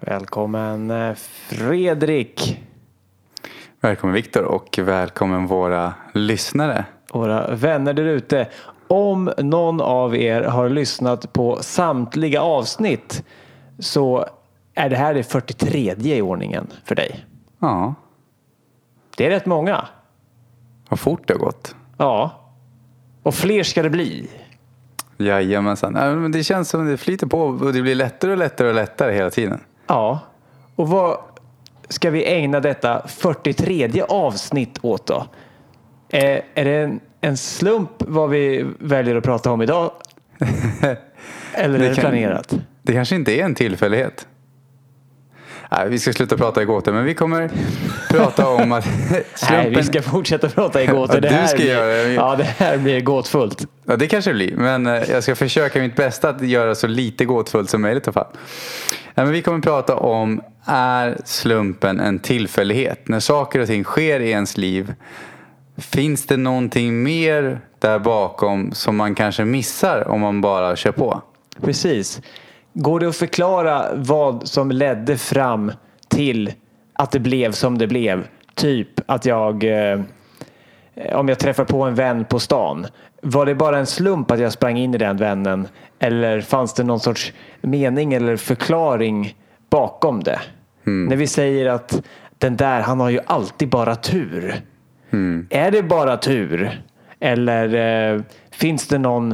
Välkommen Fredrik. Välkommen Viktor och välkommen våra lyssnare. Våra vänner där ute. Om någon av er har lyssnat på samtliga avsnitt så är det här det 43:e i ordningen för dig. Ja. Det är rätt många. Vad fort det har gått. Ja. Och fler ska det bli. Jajamensan. Men det känns som det flyter på och det blir lättare och lättare och lättare hela tiden. Ja. Och vad ska vi ägna detta 43:e avsnitt åt då? Är det en slump vad vi väljer att prata om idag? Eller är det planerat? Det kanske inte är en tillfällighet. Nej, vi ska sluta prata i gåtor, men vi kommer prata om att slumpen... Nej, vi ska fortsätta prata i gåtor. Ja, det här blir gåtfullt. Ja, det kanske blir, men jag ska försöka mitt bästa att göra så lite gåtfullt som möjligt i alla fall. Ja, men vi kommer prata om, är slumpen en tillfällighet? När saker och ting sker i ens liv, finns det någonting mer där bakom som man kanske missar om man bara kör på? Precis. Går det att förklara vad som ledde fram till att det blev som det blev? Typ att om jag träffar på en vän på stan, var det bara en slump att jag sprang in i den vännen? Eller fanns det någon sorts mening eller förklaring bakom det? När vi säger att den där, han har ju alltid bara tur. Är det bara tur? Eller finns det någon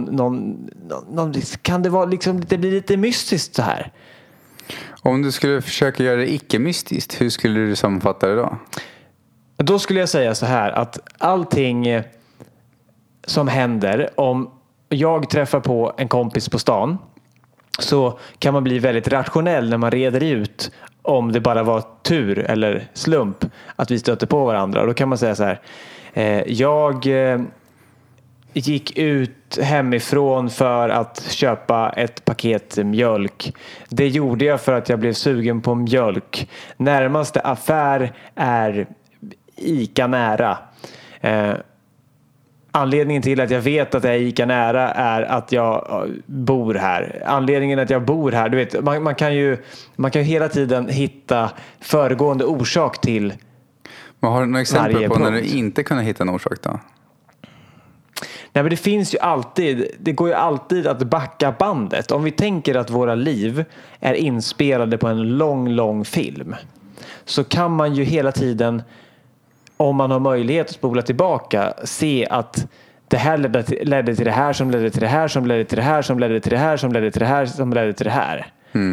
kan det vara liksom, det blir lite mystiskt så här? Om du skulle försöka göra det icke-mystiskt, hur skulle du sammanfatta det då? Då skulle jag säga så här, att allting som händer, om jag träffar på en kompis på stan, så kan man bli väldigt rationell när man reder ut om det bara var tur eller slump att vi stöter på varandra. Och då kan man säga så här, jag gick ut hemifrån för att köpa ett paket mjölk. Det gjorde jag för att jag blev sugen på mjölk. Närmaste affär är Ica nära. Anledningen till att jag vet att jag är Ica nära är att jag bor här. Anledningen att jag bor här, du vet, man kan ju hela tiden hitta föregående orsak till. Men har du några exempel på punkt. när du inte kunnat hitta en orsak då? Nej, men det finns ju alltid, det går ju alltid att backa bandet. Om vi tänker att våra liv är inspelade på en lång film, så kan man ju hela tiden, om man har möjlighet att spola tillbaka, se att det här ledde till det här som ledde till det här som ledde till det här som ledde till det här som ledde till det här som ledde till det här.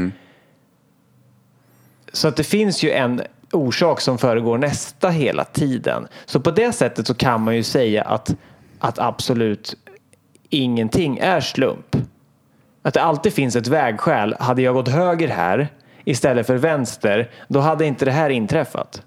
Så att det finns ju en orsak som föregår nästa hela tiden. Så på det sättet så kan man ju säga att absolut ingenting är slump. Att det alltid finns ett vägskäl. Hade jag gått höger här istället för vänster, då hade inte det här inträffat.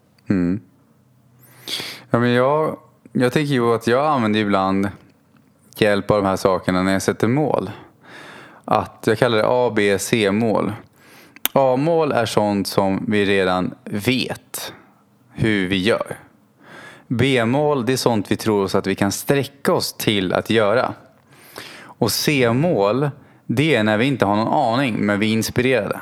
Ja, men jag tänker ju att jag använder ibland hjälp av de här sakerna när jag sätter mål. Att jag kallar det A, B, C-mål. A-mål är sånt som vi redan vet hur vi gör. B-mål, det är sånt vi tror oss att vi kan sträcka oss till att göra. Och C-mål, det är när vi inte har någon aning men vi är inspirerade.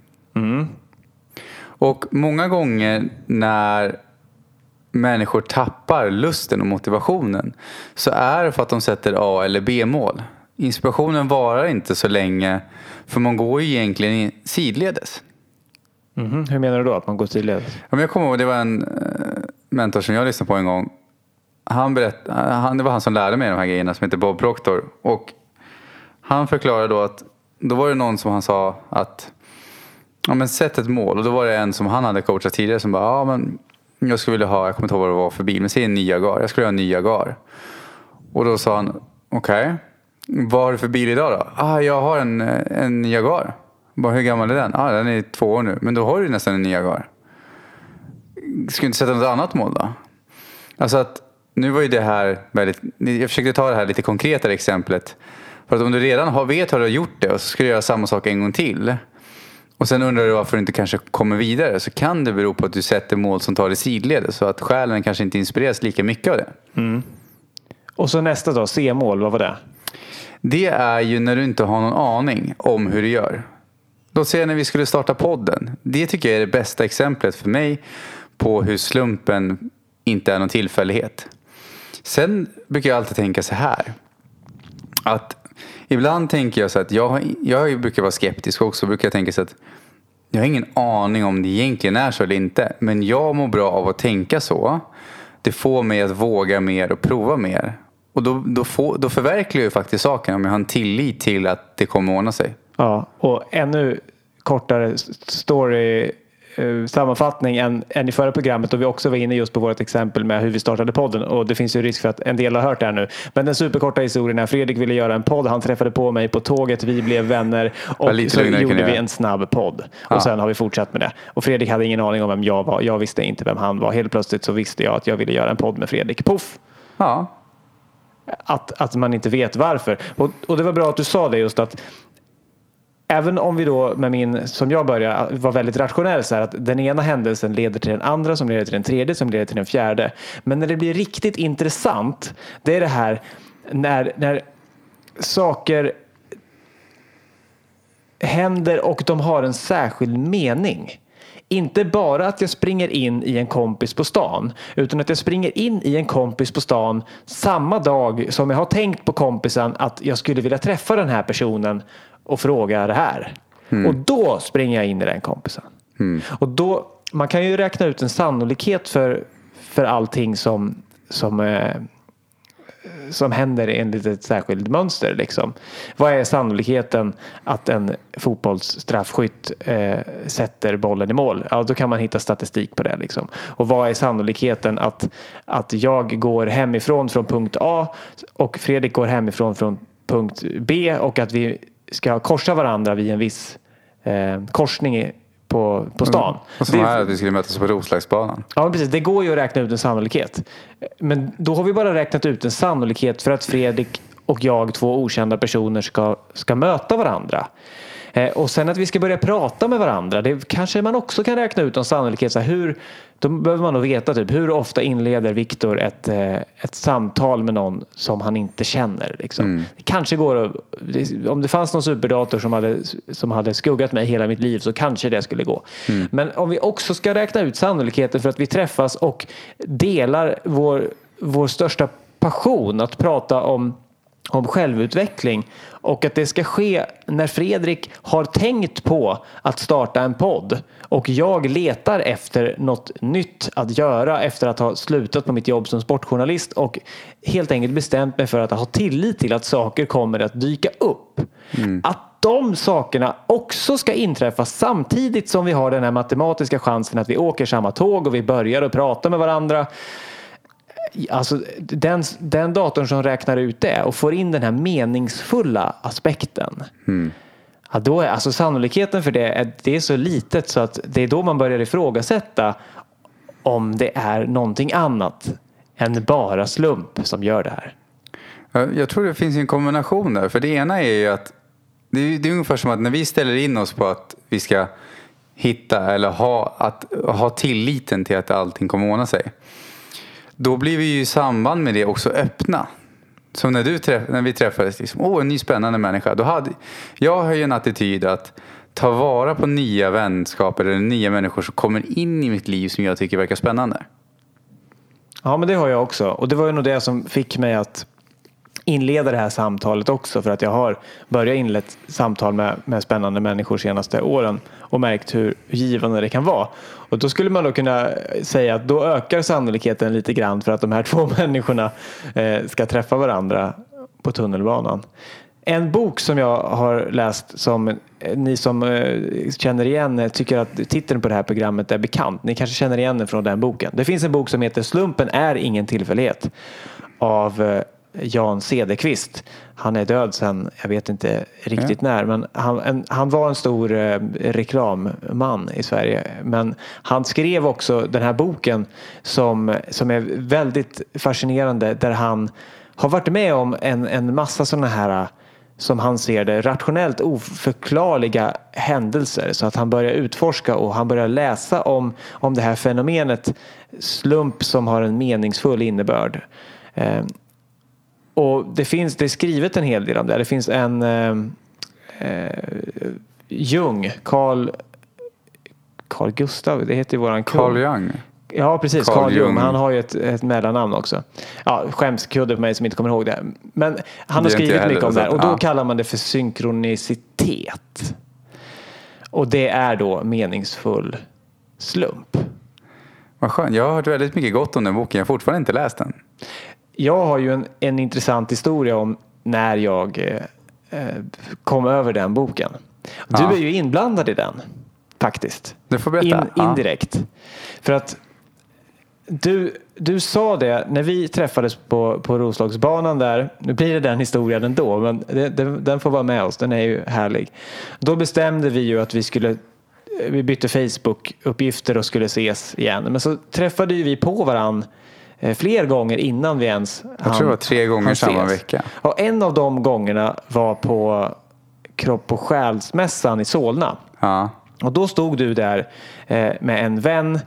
Och många gånger när människor tappar lusten och motivationen, så är det för att de sätter A- eller B-mål. Inspirationen varar inte så länge, för man går ju egentligen sidledes. Hur menar du då att man går sidledes? Ja, men jag kommer ihåg, det var en mentor som jag lyssnade på en gång. Det var han som lärde mig de här grejerna, som heter Bob Proctor. Och han förklarade då att då var det någon som han sa att sätt ett mål. Och då var det en som han hade coachat tidigare som bara, jag skulle vilja ha, jag kommer inte ihåg vad det var för bil, men säg en ny Jaguar. Jag skulle ha en ny Jaguar. Och då sa han, okej, vad har du för bil idag då? Jag har en Jaguar. Bara, hur gammal är den? Den är 2 år nu. Men då har du nästan en ny Jaguar. Ska du inte sätta något annat mål då? Alltså att, nu var ju det här väldigt, jag försökte ta det här lite konkretare exemplet. För att om du redan vet hur du har gjort det och så ska du göra samma sak en gång till, och sen undrar du varför du inte kanske kommer vidare, så kan det bero på att du sätter mål som tar dig sidledes, så att själen kanske inte inspireras lika mycket av det. Och så nästa då, C-mål, vad var det? Det är ju när du inte har någon aning om hur du gör. låt säga när vi skulle starta podden. Det tycker jag är det bästa exemplet för mig på hur slumpen inte är någon tillfällighet. Sen brukar jag alltid tänka så här. Att ibland tänker jag så att jag brukar vara skeptisk också. Brukar jag tänka så att jag har ingen aning om det egentligen är så eller inte. Men jag mår bra av att tänka så. Det får mig att våga mer och prova mer. Och då förverkligar jag faktiskt saken om jag har en tillit till att det kommer ordna sig. Ja, och ännu kortare story sammanfattning än i förra programmet, och vi också var inne just på vårt exempel med hur vi startade podden, och det finns ju risk för att en del har hört det här nu, men den superkorta historien är Fredrik ville göra en podd, han träffade på mig på tåget, vi blev vänner och så gjorde vi en snabb podd och sen har vi fortsatt med det, och Fredrik hade ingen aning om vem jag var, jag visste inte vem han var, helt plötsligt så visste jag att jag ville göra en podd med Fredrik, puff. Ja. Att man inte vet varför, och det var bra att du sa det, just att även om vi då med min, som jag började, var väldigt rationell så här, att den ena händelsen leder till den andra, som leder till den tredje, som leder till den fjärde. Men när det blir riktigt intressant, det är det här när saker händer och de har en särskild mening. Inte bara att jag springer in i en kompis på stan, utan att jag springer in i en kompis på stan samma dag som jag har tänkt på kompisen att jag skulle vilja träffa den här personen och fråga det här. Och då springer jag in i den kompisen. Och då, man kan ju räkna ut en sannolikhet för allting som händer enligt ett särskilt mönster liksom. Vad är sannolikheten att en fotbollsstraffskytt sätter bollen i mål? Ja, då kan man hitta statistik på det liksom. Och vad är sannolikheten att jag går hemifrån från punkt A och Fredrik går hemifrån från punkt B, och att vi ska korsa varandra vid en viss korsning på stan. Och så här att vi skulle mötas på Roslagsbanan. Ja, precis. Det går ju att räkna ut en sannolikhet. Men då har vi bara räknat ut en sannolikhet för att Fredrik och jag, två okända personer, ska möta varandra. Och sen att vi ska börja prata med varandra, det kanske man också kan räkna ut en sannolikhet. Så här, då behöver man nog veta typ, hur ofta inleder Viktor ett samtal med någon som han inte känner. Liksom. Det kanske går om det fanns någon superdator som hade skuggat mig hela mitt liv, så kanske det skulle gå. Men om vi också ska räkna ut sannolikheten för att vi träffas och delar vår största passion, att prata om självutveckling, och att det ska ske när Fredrik har tänkt på att starta en podd och jag letar efter något nytt att göra efter att ha slutat på mitt jobb som sportjournalist och helt enkelt bestämt mig för att ha tillit till att saker kommer att dyka upp. Att de sakerna också ska inträffa samtidigt som vi har den här matematiska chansen att vi åker samma tåg och vi börjar att prata med varandra. Alltså den datorn som räknar ut det och får in den här meningsfulla aspekten. Ja, då är alltså sannolikheten för det är så litet så att det är då man börjar ifrågasätta om det är någonting annat än bara slump som gör det här. Jag tror det finns en kombination där. För det ena är ju att det är ungefär som att när vi ställer in oss på att vi ska hitta eller ha tilliten till att allting kommer ordna sig. Då blir vi ju i samband med det också öppna. Som när vi träffades liksom, en ny spännande människa. Jag har ju en attityd att ta vara på nya vänskaper eller nya människor som kommer in i mitt liv som jag tycker verkar spännande. Ja, men det har jag också. Och det var ju nog det som fick mig att inleda det här samtalet också, för att jag har börjat inleda samtal med spännande människor senaste åren och märkt hur givande det kan vara. Och då skulle man då kunna säga att då ökar sannolikheten lite grann för att de här två människorna ska träffa varandra på tunnelbanan. En bok som jag har läst som ni som känner igen tycker att titeln på det här programmet är bekant. Ni kanske känner igen den från den boken. Det finns en bok som heter Slumpen är ingen tillfällighet av Jan Cederqvist. Han är död sen, jag vet inte riktigt när, men han var en stor reklamman i Sverige. Men han skrev också den här boken som är väldigt fascinerande, där han har varit med om en massa sådana här, som han ser det, rationellt oförklarliga händelser, så att han börjar utforska och han börjar läsa om det här fenomenet slump som har en meningsfull innebörd. Och det är skrivet en hel del om det. Det finns Jung, Carl Gustav, det heter ju våran Carl Jung. Ja, precis. Carl Jung. Han har ju ett mellannamn också. Ja, skämskudde för mig som inte kommer ihåg det. Men han har skrivit mycket om det här. Och då kallar man det för synkronicitet. Och det är då meningsfull slump. Vad skönt. Jag har hört väldigt mycket gott om den boken. Jag har fortfarande inte läst den. Jag har ju en intressant historia om när jag kom över den boken. Du är ju inblandad i den, faktiskt. Du får berätta. Indirekt. För att du sa det när vi träffades på Roslagsbanan där. Nu blir det den historien ändå, men den får vara med oss. Den är ju härlig. Då bestämde vi ju att vi bytte Facebook-uppgifter och skulle ses igen. Men så träffade ju vi på varann fler gånger innan vi ens Jag tror det var 3 gånger samma vecka. Och en av de gångerna var på Kropp- och själsmässan i Solna. Ja. Och då stod du där med en vän.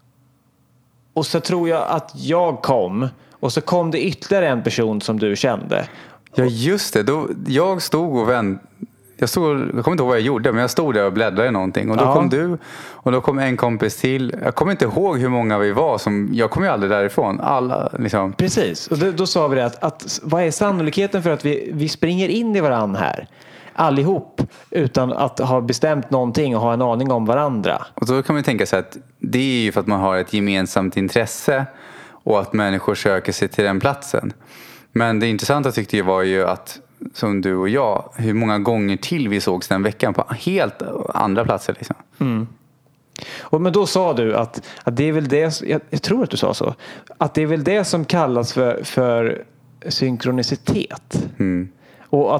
Och så tror jag att jag kom. Och så kom det ytterligare en person som du kände. Ja, just det. Jag stod och jag kommer inte ihåg vad jag gjorde, men jag stod där och bläddrade i någonting. Och då kom du och då kom en kompis till. Jag kommer inte ihåg hur många vi var. Jag kom ju aldrig därifrån. Alla liksom. Precis. Och då sa vi det att vad är sannolikheten för att vi springer in i varann här? Allihop utan att ha bestämt någonting och ha en aning om varandra. Och då kan man tänka sig att det är ju för att man har ett gemensamt intresse och att människor söker sig till den platsen. Men det intressanta tyckte jag var ju att som du och jag, hur många gånger till vi sågs den veckan på helt andra platser liksom. Mm. Men då sa du att det är väl det, jag tror att du sa så, att det är väl det som kallas för synkronicitet. Mm. Och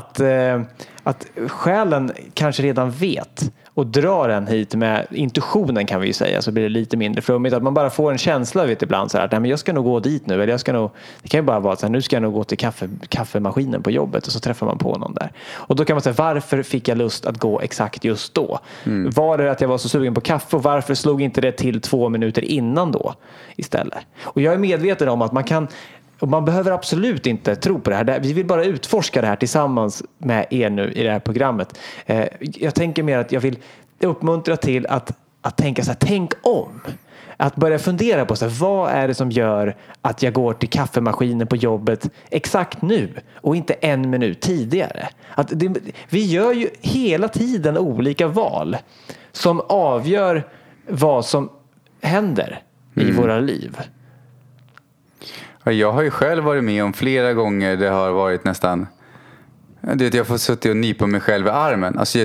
att själen kanske redan vet och drar en hit med intuitionen, kan vi ju säga, så blir det lite mindre flummigt. Att man bara får en känsla ibland så här, att nej, men jag ska nog gå dit nu, eller det kan ju bara vara så här, nu ska jag nog gå till kaffemaskinen på jobbet, och så träffar man på någon där. Och då kan man säga, varför fick jag lust att gå exakt just då? Var det att jag var så sugen på kaffe, och varför slog inte det till 2 minuter innan då istället? Och jag är medveten om att man behöver absolut inte tro på det här. Vi vill bara utforska det här tillsammans med er nu i det här programmet. Jag tänker mer att jag vill uppmuntra till att tänka så här, tänk om. Att börja fundera på så här, vad är det som gör att jag går till kaffemaskinen på jobbet exakt nu och inte 1 minut tidigare. Vi gör ju hela tiden olika val som avgör vad som händer i våra liv. Jag har ju själv varit med om flera gånger det har varit nästan, jag får suttit och nypa mig själv i armen. Alltså,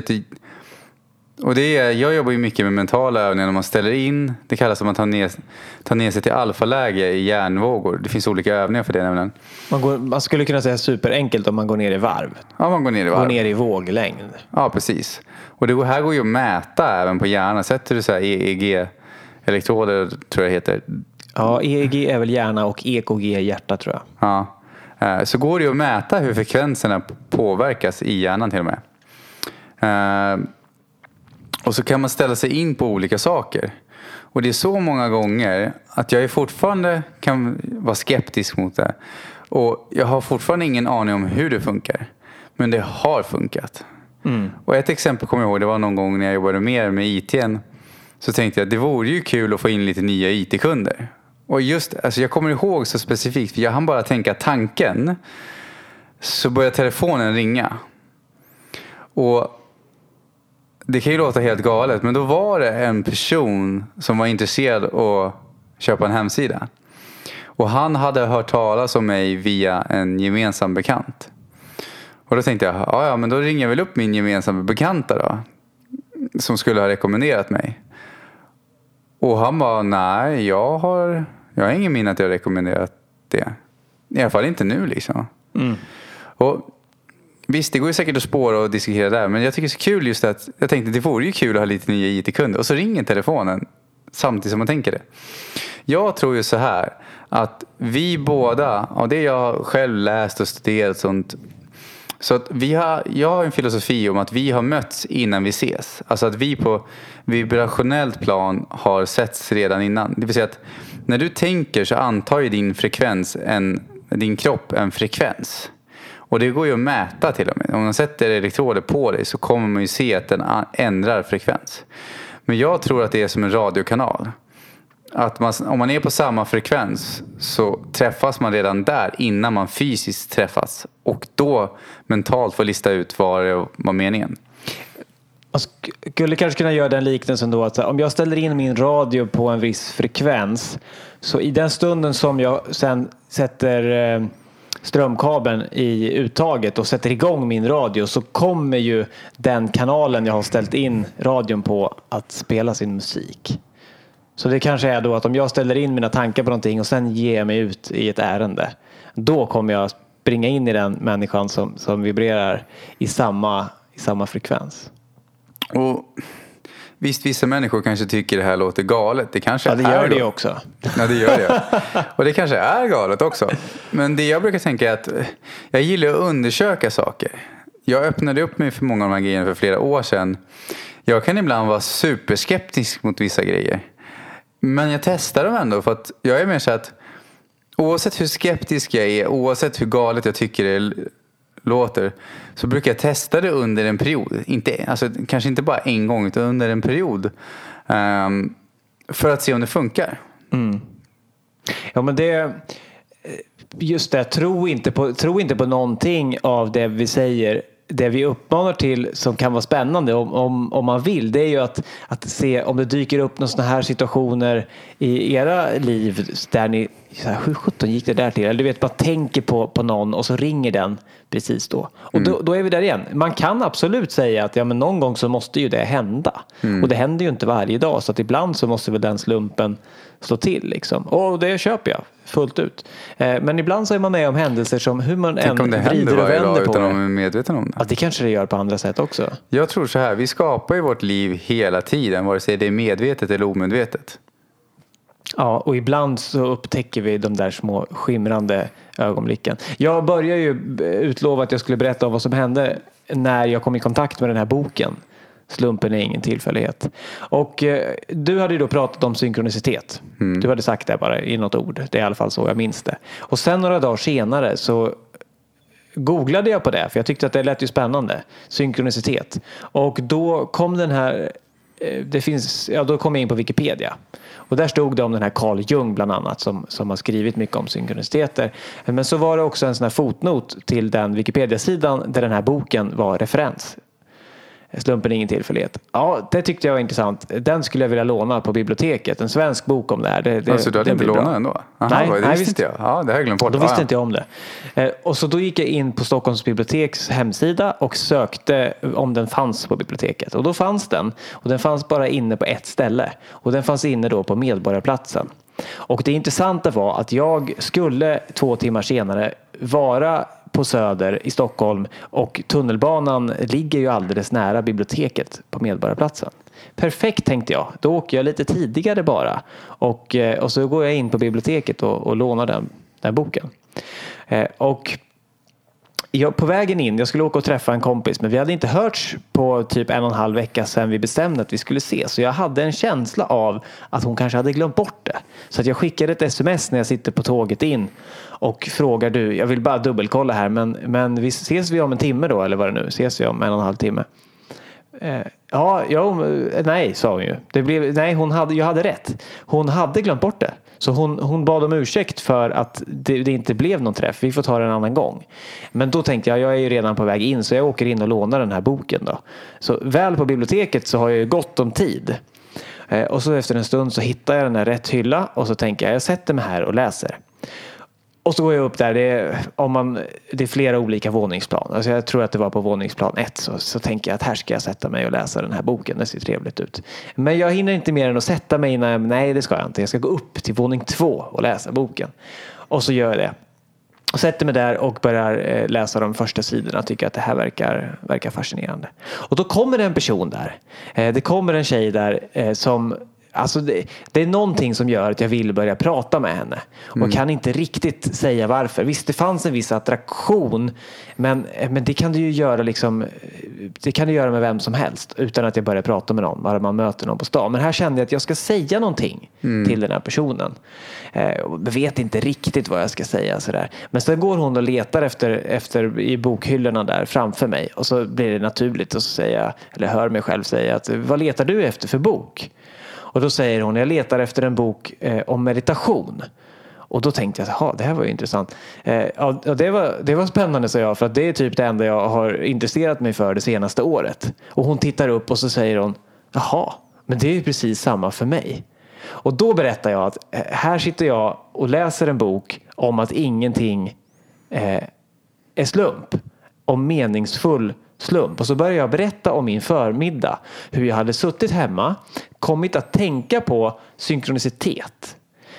jag jobbar ju mycket med mentala övningar när man ställer in. Det kallas som att ta ner sig till alfaläge i hjärnvågor. Det finns olika övningar för det nämligen. Man skulle kunna säga superenkelt om man går ner i varv. Ja, man går ner i varv. Går ner i våglängd. Ja, precis. Och det här går ju att mäta även på hjärnan. Sätter du så här EEG-elektroder, tror jag heter. Ja, EEG är väl hjärna och EKG är hjärta, tror jag. Ja. Så går det ju att mäta hur frekvenserna påverkas i hjärnan till och med. Och så kan man ställa sig in på olika saker. Och det är så många gånger att jag fortfarande kan vara skeptisk mot det. Och jag har fortfarande ingen aning om hur det funkar. Men det har funkat. Och ett exempel kommer jag ihåg, det var någon gång när jag jobbade mer med IT:n. Så tänkte jag att det vore ju kul att få in lite nya IT-kunder. Och jag kommer ihåg så specifikt, för jag hann bara tänka tanken. Så började telefonen ringa. Och det kan ju låta helt galet, men då var det en person som var intresserad att köpa en hemsida. Och han hade hört talas om mig via en gemensam bekant. Och då tänkte jag, ja men då ringer jag väl upp min gemensamma bekanta då. Som skulle ha rekommenderat mig. Och han bara, nej, jag har ingen minne att jag har rekommenderat det. I alla fall inte nu liksom. Och visst, det går ju säkert att spåra och diskutera där. Men jag tycker det är så kul just att jag tänkte det vore ju kul att ha lite nya IT-kunder. Och så ringer telefonen samtidigt som man tänker det. Jag tror ju så här att vi båda, av det jag har själv läst och studerat sånt. Så att jag har en filosofi om att vi har mötts innan vi ses. Alltså att vi på vibrationellt plan har setts redan innan. Det vill säga att när du tänker så antar ju din kropp en frekvens. Och det går ju att mäta till och med. Om man sätter elektroder på dig så kommer man ju se att den ändrar frekvens. Men jag tror att det är som en radiokanal. Att om man är på samma frekvens så träffas man redan där innan man fysiskt träffas. Och då mentalt får lista ut vad det var meningen. Man skulle kanske kunna göra den liknelsen då att om jag ställer in min radio på en viss frekvens, så i den stunden som jag sen sätter strömkabeln i uttaget och sätter igång min radio, så kommer ju den kanalen jag har ställt in radion på att spela sin musik. Så det kanske är då att om jag ställer in mina tankar på någonting och sen ger mig ut i ett ärende, då kommer jag springa in i den människan som vibrerar i samma frekvens. Och visst, vissa människor kanske tycker det här låter galet. Det kanske det gör det också. Ja, det gör det. Och det kanske är galet också. Men det jag brukar tänka är att jag gillar att undersöka saker. Jag öppnade upp mig för många av de här grejerna för flera år sedan. Jag kan ibland vara superskeptisk mot vissa grejer. Men jag testar dem ändå, för att jag är mer så att oavsett hur skeptisk jag är, oavsett hur galet jag tycker det låter, så brukar jag testa det under en period. Kanske inte bara en gång, utan under en period. För att se om det funkar. Mm. Ja, men just det, tro inte på någonting av det vi säger. Det vi uppmanar till som kan vara spännande om man vill, det är ju att se om det dyker upp några sådana här situationer i era liv där ni, hur 17 gick det där till? Eller du vet, man tänker på någon och så ringer den precis då. Och då är vi där igen. Man kan absolut säga att men någon gång så måste ju det hända. Och det händer ju inte varje dag, så att ibland så måste väl den slumpen slå till liksom. Och det köper jag fullt ut. Men ibland så är man med om händelser som hur man än vrider och vänder på utan det. att man är medveten om det. Ja, det kanske det gör på andra sätt också. Jag tror så här, vi skapar ju vårt liv hela tiden, vare sig det är medvetet eller omedvetet. Ja, och ibland så upptäcker vi de där små skimrande ögonblicken. Jag börjar ju utlova att jag skulle berätta om vad som hände när jag kom i kontakt med den här boken. Slumpen är ingen tillfällighet. Och du hade ju då pratat om synkronicitet. Du hade sagt det bara i något ord. Det är i alla fall så jag minns det. Och sen några dagar senare så googlade jag på det, för jag tyckte att det lät ju spännande. Synkronicitet. Och då kom den här, då kom jag in på Wikipedia. Och där stod det om den här Carl Jung bland annat, som har skrivit mycket om synkroniciteter. Men så var det också en sån här fotnot till den Wikipedia-sidan där den här boken var referens. Slumpen är ingen tillfällighet. Ja, det tyckte jag var intressant. Den skulle jag vilja låna på biblioteket. En svensk bok om det här. Så du hade inte lånat den då? Aha, det visste inte jag. Ja, det har jag glömt bort. Då visste inte jag om det. Och så då gick jag in på Stockholms biblioteks hemsida och sökte om den fanns på biblioteket. Och då fanns den. Och den fanns bara inne på ett ställe. Och den fanns inne då på Medborgarplatsen. Och det intressanta var att jag skulle 2 timmar senare vara på Söder i Stockholm, och tunnelbanan ligger ju alldeles nära biblioteket på Medborgarplatsen. Perfekt, tänkte jag. Då åker jag lite tidigare bara. Och så går jag in på biblioteket och lånar den boken. Och på vägen in, jag skulle åka och träffa en kompis, men vi hade inte hörts på typ 1,5 vecka sedan vi bestämde att vi skulle ses. Så jag hade en känsla av att hon kanske hade glömt bort det. Så att jag skickade ett sms när jag sitter på tåget in och frågar, jag vill bara dubbelkolla här, men ses vi om en timme då, eller vad det nu? Ses vi om 1,5 timme? Nej, sa hon ju. Jag hade rätt. Hon hade glömt bort det. Så hon bad om ursäkt för att det inte blev någon träff. Vi får ta det en annan gång. Men då tänkte jag är ju redan på väg in, så jag åker in och lånar den här boken då. Så väl på biblioteket så har jag ju gott om tid. Och så efter en stund så hittar jag den här rätt hylla, och så tänker jag sätter mig här och läser. Och så går jag upp där, det är flera olika våningsplan. Alltså jag tror att det var på våningsplan 1, så tänker jag att här ska jag sätta mig och läsa den här boken. Det ser trevligt ut. Men jag hinner inte mer än att sätta mig nej, det ska jag inte. Jag ska gå upp till våning 2 och läsa boken. Och så gör jag det. Och sätter mig där och börjar läsa de första sidorna. Tycker att det här verkar fascinerande. Och då kommer det en person där. Det kommer en tjej där som alltså det är någonting som gör att jag vill börja prata med henne. Och kan inte riktigt säga varför. Visst, det fanns en viss attraktion. Men det kan du ju göra liksom, det kan du göra med vem som helst. Utan att jag börjar prata med någon. Bara man möter någon på stan. Men här kände jag att jag ska säga någonting till den här personen. Jag vet inte riktigt vad jag ska säga. Sådär. Men så går hon och letar efter i bokhyllorna där framför mig. Och så blir det naturligt. Och så säger jag, eller hör mig själv säga att vad letar du efter för bok? Och då säger hon, jag letar efter en bok om meditation. Och då tänkte jag, jaha, det här var ju intressant. Det var spännande, sa jag, för att det är typ det enda jag har intresserat mig för det senaste året. Och hon tittar upp och så säger hon, jaha, men det är ju precis samma för mig. Och då berättar jag att här sitter jag och läser en bok om att ingenting är slump. Om meningsfull slump. Och så börjar jag berätta om min förmiddag. Hur jag hade suttit hemma. Kommit att tänka på synkronicitet.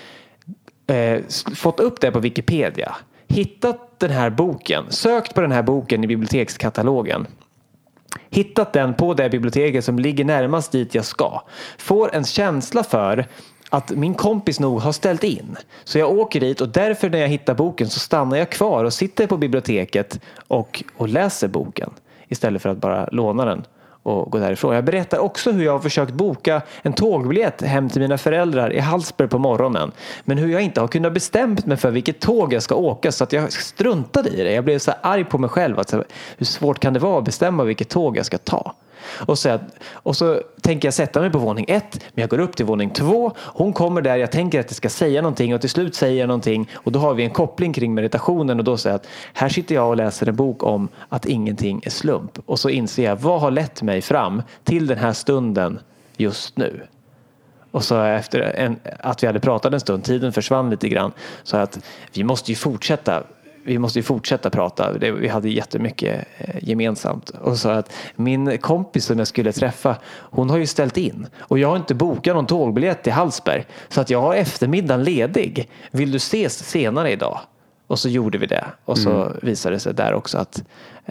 Fått upp det på Wikipedia. Hittat den här boken. Sökt på den här boken i bibliotekskatalogen. Hittat den på det biblioteket som ligger närmast dit jag ska. Får en känsla för att min kompis nog har ställt in. Så jag åker dit och därför när jag hittar boken så stannar jag kvar och sitter på biblioteket och läser boken. Istället för att bara låna den och gå därifrån. Jag berättar också hur jag har försökt boka en tågbiljett hem till mina föräldrar i Hallsberg på morgonen. Men hur jag inte har kunnat bestämt mig för vilket tåg jag ska åka så att jag struntade i det. Jag blev så arg på mig själv. Att hur svårt kan det vara att bestämma vilket tåg jag ska ta? Och så tänker jag sätta mig på våning 1, men jag går upp till våning 2. Hon kommer där, jag tänker att jag ska säga någonting och till slut säger jag någonting och då har vi en koppling kring meditationen och då säger jag att här sitter jag och läser en bok om att ingenting är slump. Och så inser jag, vad har lett mig fram till den här stunden just nu? Och så efter att vi hade pratat en stund, tiden försvann lite grann, så att vi måste ju fortsätta prata. Vi hade jättemycket gemensamt. Och så att min kompis som jag skulle träffa, hon har ju ställt in. Och jag har inte bokat någon tågbiljett till Hallsberg. Så att jag har eftermiddagen ledig. Vill du ses senare idag? Och så gjorde vi det. Och så visade det sig där också att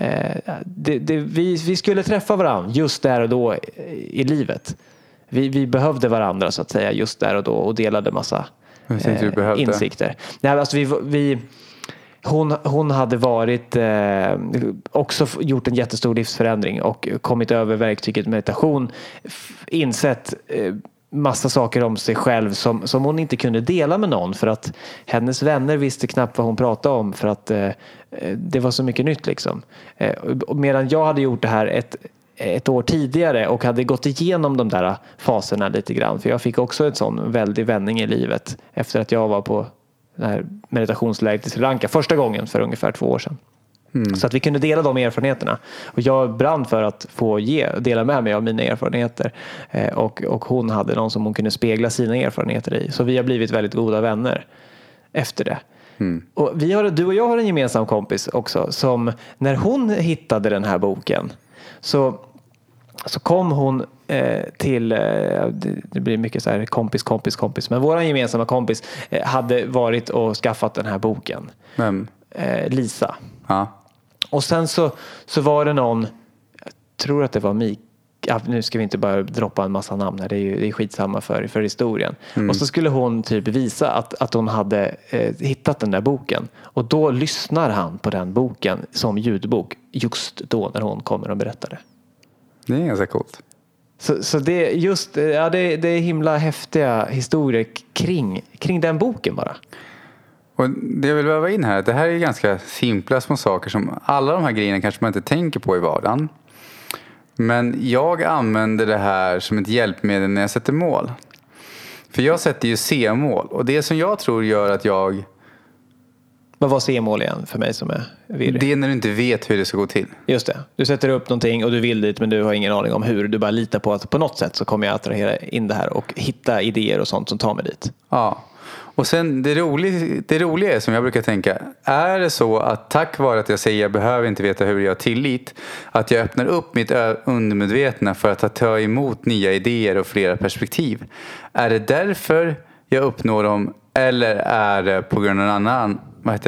vi skulle träffa varandra just där och då i livet. Vi behövde varandra så att säga just där och då och delade massa insikter. Nej, alltså hon hade varit också gjort en jättestor livsförändring och kommit över verktyget meditation, insett massa saker om sig själv som hon inte kunde dela med någon för att hennes vänner visste knappt vad hon pratade om för att det var så mycket nytt liksom. Medan jag hade gjort det här ett år tidigare och hade gått igenom de där faserna lite grann, för jag fick också en sån väldig vändning i livet efter att jag var på det här meditationsläget i Sri Lanka första gången för ungefär 2 år sedan. Så att vi kunde dela de erfarenheterna. Och jag brann för att få dela med mig av mina erfarenheter. Och hon hade någon som hon kunde spegla sina erfarenheter i. Så vi har blivit väldigt goda vänner efter det. Och du och jag har en gemensam kompis också som när hon hittade den här boken så kom hon till, det blir mycket så här kompis, men våran gemensamma kompis hade varit och skaffat den här boken. Lisa. Ja. Och sen så var det någon, jag tror att det var nu ska vi inte bara droppa en massa namn här, det är skitsamma för historien. Och så skulle hon typ visa att hon hade hittat den där boken. Och då lyssnar han på den boken som ljudbok just då när hon kommer och berättar det. Det är ganska coolt. Så det är just, det är himla häftiga historier kring den boken bara. Och det jag vill väva in här, det här är ganska simpla små saker som alla de här grejerna kanske man inte tänker på i vardagen. Men jag använder det här som ett hjälpmedel när jag sätter mål. För jag sätter ju C-mål. Och det som jag tror gör att jag... Vad var C-mål igen för mig som är virrig? Det är när du inte vet hur det ska gå till. Just det. Du sätter upp någonting och du vill dit men du har ingen aning om hur. Du bara litar på att på något sätt så kommer jag attrahera in det här och hitta idéer och sånt som tar mig dit. Ja. Och sen det roliga är som jag brukar tänka, är det så att tack vare att jag säger jag behöver inte veta hur jag har tillit, att jag öppnar upp mitt undermedvetna för att ta emot nya idéer och flera perspektiv. Är det därför jag uppnår dem eller är det på grund av en annan,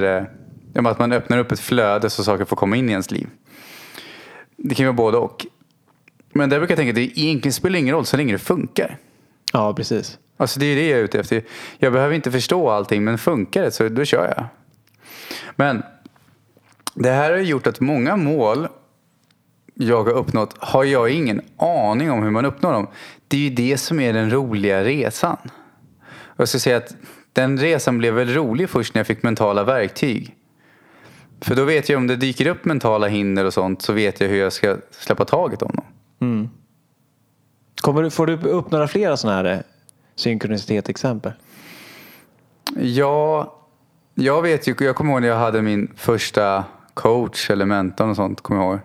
att man öppnar upp ett flöde så saker får komma in i ens liv? Det kan vara både och. Men där brukar jag tänka att det egentligen spelar ingen roll så länge det funkar. Ja, precis. Alltså det är det jag är ute efter. Jag behöver inte förstå allting, men funkar det så då kör jag. Men det här har gjort att många mål jag har uppnått har jag ingen aning om hur man uppnår dem. Det är ju det som är den roliga resan. Och jag ska säga att den resan blev väl rolig först när jag fick mentala verktyg. För då vet jag om det dyker upp mentala hinder och sånt, så vet jag hur jag ska släppa taget om dem. Får du upp några flera sådana här synkronicitet-exempel? Ja, jag vet ju, jag kommer ihåg när jag hade min första coach eller mentor och sånt, kommer jag ihåg.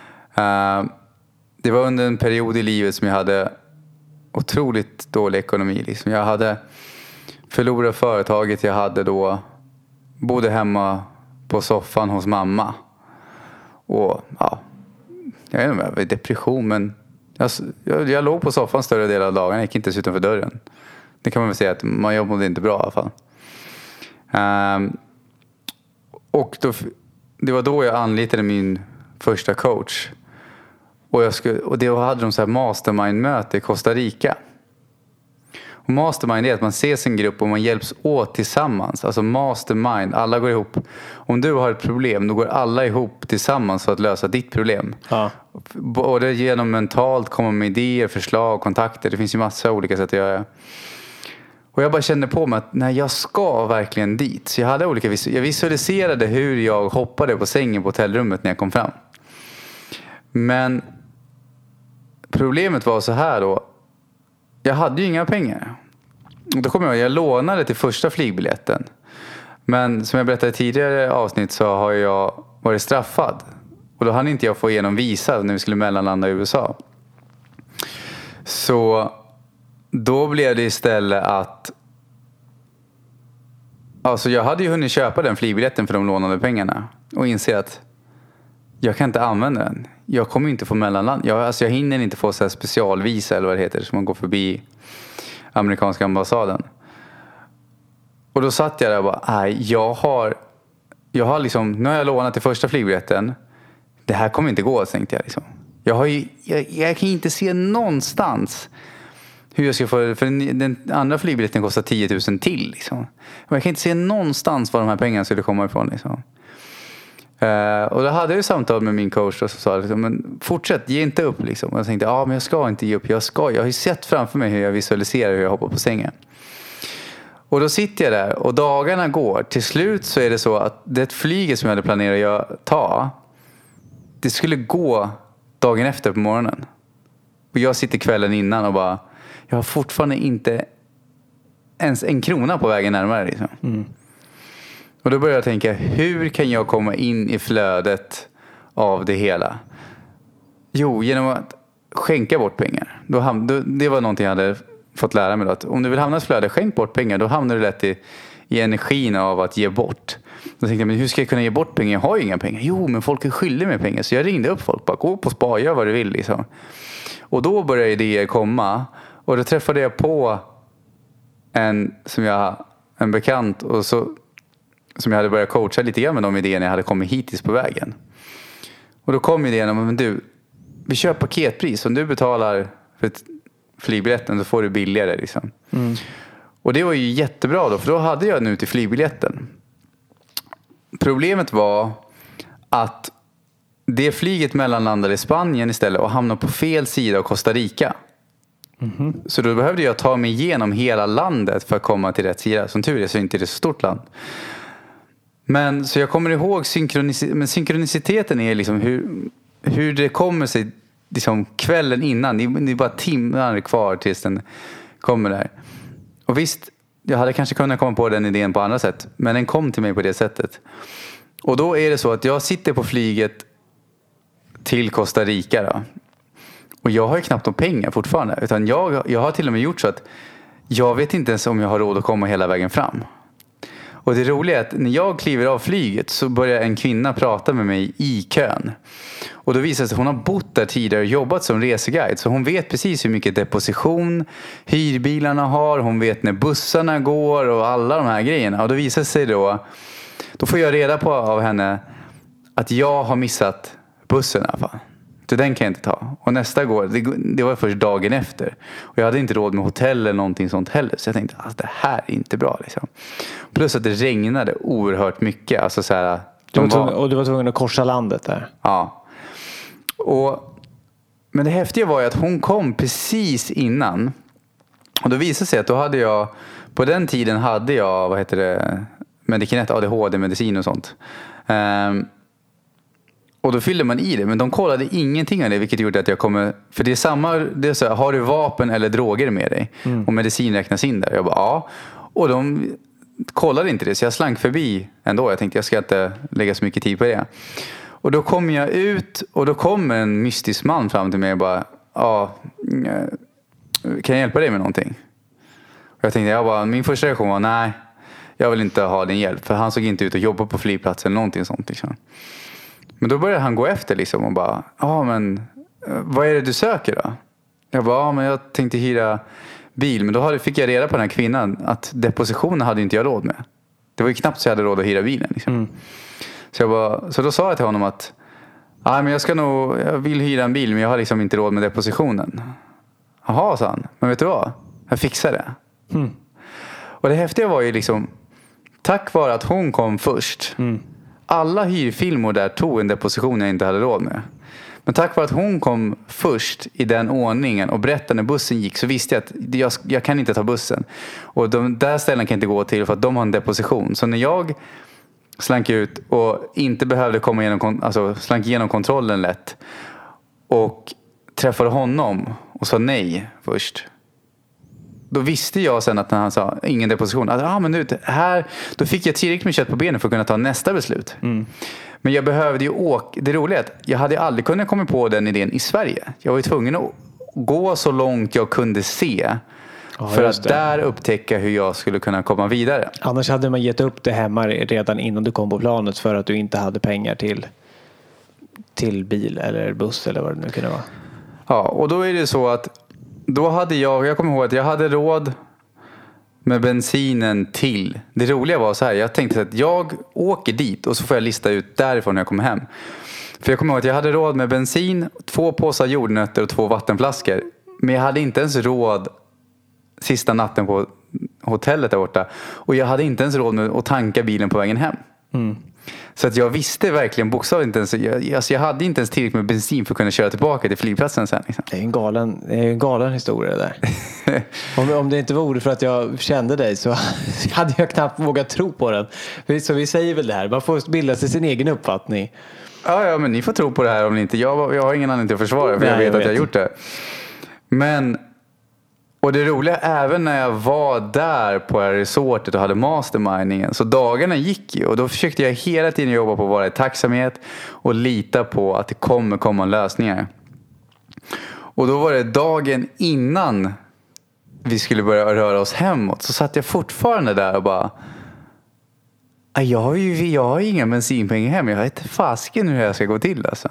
Det var under en period i livet som jag hade otroligt dålig ekonomi. Liksom. Jag hade förlorat företaget jag hade då, bodde hemma på soffan hos mamma. Och ja, jag vet inte om jag var i depression, men jag låg på soffan större del av dagen. Jag gick inte ens utanför dörren. Det kan man väl säga att man jobbade inte bra i alla fall. Och det var då jag anlitade min första coach. Och då hade de så här mastermind-möte i Costa Rica. Och mastermind är att man ses en grupp och man hjälps åt tillsammans. Alltså mastermind, alla går ihop. Om du har ett problem, då går alla ihop tillsammans för att lösa ditt problem. Ja. Både genom mentalt, komma med idéer, förslag, kontakter. Det finns ju massa olika sätt att göra. Och jag bara kände på mig att nej, jag ska verkligen dit. Så jag hade jag visualiserade hur jag hoppade på sängen på hotellrummet när jag kom fram. Men problemet var så här då. Jag hade ju inga pengar. Och då kom jag lånade till första flygbiljetten. Men som jag berättade i tidigare avsnitt så har jag varit straffad. Och då hann inte jag få igenom visa när vi skulle mellanlanda i USA. Så då blev det istället att alltså jag hade ju hunnit köpa den flygbiljetten för de lånade pengarna. Och inser att jag kan inte använda den. Jag kommer inte få mellanland. Jag hinner inte få så här specialvisa eller vad det heter som man går förbi amerikanska ambassaden. Och då satt jag där och bara, nej, jag har liksom, nu har jag lånat till första flygbiljetten. Det här kommer inte gå, tänkte jag liksom. Jag kan inte se någonstans hur jag ska få, för den andra flygbiljetten kostar 10 000 till liksom. Jag kan inte se någonstans var de här pengarna skulle komma ifrån liksom. Och då hade jag ju samtal med min coach och så sa liksom, men fortsätt, ge inte upp liksom. Och jag tänkte, men jag ska inte ge upp. Jag har ju sett framför mig hur jag visualiserar hur jag hoppar på sängen. Och då sitter jag där och dagarna går. Till slut så är det så att det flyget som jag hade planerat att ta, det skulle gå dagen efter på morgonen. Och jag sitter kvällen innan och bara, jag har fortfarande inte ens en krona på vägen närmare liksom. Och då började jag tänka, hur kan jag komma in i flödet av det hela? Jo, genom att skänka bort pengar. Det var någonting jag hade fått lära mig då, att om du vill hamna i ett flöde, skänk bort pengar. Då hamnar du lätt i energin av att ge bort. Då tänkte jag, men hur ska jag kunna ge bort pengar? Jag har ju inga pengar. Jo, men folk är skyldiga med pengar. Så jag ringde upp folk, bara gå på spa, gör vad du vill liksom. Och då började idéer komma. Och då träffade jag på en bekant och så som jag hade börjat coacha lite grann med de idéerna jag hade kommit hittills på vägen. Och då kom idén om, men du, vi kör paketpris. Om du betalar för flygbiljetten så får du billigare liksom. Och det var ju jättebra då, för då hade jag nu till flygbiljetten. Problemet var att det flyget mellanlandade i Spanien istället och hamnade på fel sida av Costa Rica. Så då behövde jag ta mig igenom hela landet för att komma till rätt sida. Som tur är så är inte det så stort land. Men så jag kommer ihåg men synkroniciteten är liksom hur det kommer sig liksom kvällen innan. Det är bara timmar kvar tills den kommer där. Och visst, jag hade kanske kunnat komma på den idén på andra sätt. Men den kom till mig på det sättet. Och då är det så att jag sitter på flyget till Costa Rica då. Och jag har ju knappt några pengar fortfarande. Utan jag har till och med gjort så att jag vet inte ens om jag har råd att komma hela vägen fram. Och det roliga är att när jag kliver av flyget så börjar en kvinna prata med mig i kön. Och då visar det sig att hon har bott där tidigare och jobbat som reseguide. Så hon vet precis hur mycket deposition hyrbilarna har. Hon vet när bussarna går och alla de här grejerna. Och då visar det sig då får jag reda på av henne att jag har missat bussen i alla fall. den kan jag inte ta. Och nästa går, det var först dagen efter. Och jag hade inte råd med hotell eller någonting sånt heller. Så jag tänkte, alltså, det här är inte bra liksom. Plus att det regnade oerhört mycket. Alltså så här, och du var tvungen att korsa landet där. Ja. Men det häftiga var ju att hon kom precis innan. Och då visade sig att då hade jag, på den tiden hade jag, Medikinet, ADHD-medicin och sånt. Och då fyllde man i det, men de kollade ingenting av det, vilket gjorde att jag kommer, för det är samma, det är så här, har du vapen eller droger med dig? Och medicin räknas in där. Jag bara, ja. Och de kollade inte det, så jag slank förbi ändå. Jag tänkte, jag ska inte lägga så mycket tid på det. Och då kom jag ut, och då kom en mystisk man fram till mig och bara, ja, kan jag hjälpa dig med någonting? Och jag tänkte, min första reaktion var, nej, jag vill inte ha din hjälp. För han såg inte ut att jobba på flygplatsen eller någonting sånt liksom. Men då började han gå efter liksom och bara, men vad är det du söker då? Jag bara, men jag tänkte hyra bil. Men då fick jag reda på den här kvinnan att depositionen hade inte jag råd med. Det var ju knappt så jag hade råd att hyra bilen liksom. Så då sa jag till honom att, men jag vill hyra en bil, men jag har liksom inte råd med depositionen. Jaha, sa han. Men vet du vad? Jag fixar det. Och det häftiga var ju liksom, tack vare att hon kom först. Alla hyrfilmer där tog en deposition jag inte hade råd med. Men tack vare att hon kom först i den ordningen och berättade när bussen gick, så visste jag att jag kan inte ta bussen. Och de där ställen kan inte gå till för att de har en deposition. Så när jag slank ut och inte behövde komma igenom, slank igenom kontrollen lätt och träffade honom och sa nej först, då visste jag sen att när han sa ingen deposition, då fick jag tillräckligt med kött på benen för att kunna ta nästa beslut. Men jag behövde ju det roliga är att jag hade aldrig kunnat komma på den idén i Sverige. Jag var ju tvungen att gå så långt jag kunde se för att där upptäcka hur jag skulle kunna komma vidare. Annars hade man gett upp det hemma redan innan du kom på planet för att du inte hade pengar till bil eller buss eller vad det nu kunde vara. Ja, och då är det så att då hade jag kommer ihåg att jag hade råd med bensinen till. Det roliga var så här, jag tänkte att jag åker dit och så får jag lista ut därifrån när jag kommer hem. För jag kommer ihåg att jag hade råd med bensin, 2 påsar jordnötter och 2 vattenflaskor. Men jag hade inte ens råd sista natten på hotellet där borta. Och jag hade inte ens råd med att tanka bilen på vägen hem. Så att jag visste verkligen bokstavligt inte ens. Jag hade inte ens tillräckligt med bensin för att kunna köra tillbaka till flygplatsen sen. Liksom. Det är en galen historia det där. om det inte vore för att jag kände dig så hade jag knappt vågat tro på den. Så vi säger väl det här. Man får bilda sig sin egen uppfattning. Ja, men ni får tro på det här om ni inte. Jag har ingen anledning till att försvara för jag vet att jag har gjort det. Men, och det roliga, även när jag var där på resortet och hade masterminingen, så dagarna gick ju och då försökte jag hela tiden jobba på att vara i tacksamhet och lita på att det kommer komma lösningar. Och då var det dagen innan vi skulle börja röra oss hemåt, så satt jag fortfarande där och bara, jag har ju inga bensinpengar hem, jag vet inte fasken hur det ska gå till alltså.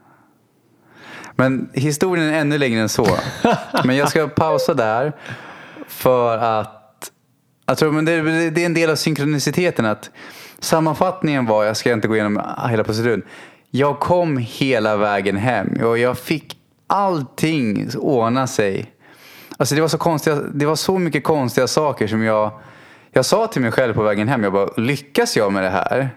Men historien är ännu längre än så. Men jag ska pausa där för att jag tror, men det är en del av synkroniciteten att sammanfattningen var, jag ska inte gå igenom hela proceduren. Jag kom hela vägen hem och jag fick allting ordna sig. Alltså det var så mycket konstiga saker som jag sa till mig själv på vägen hem. Jag bara, lyckas jag med det här?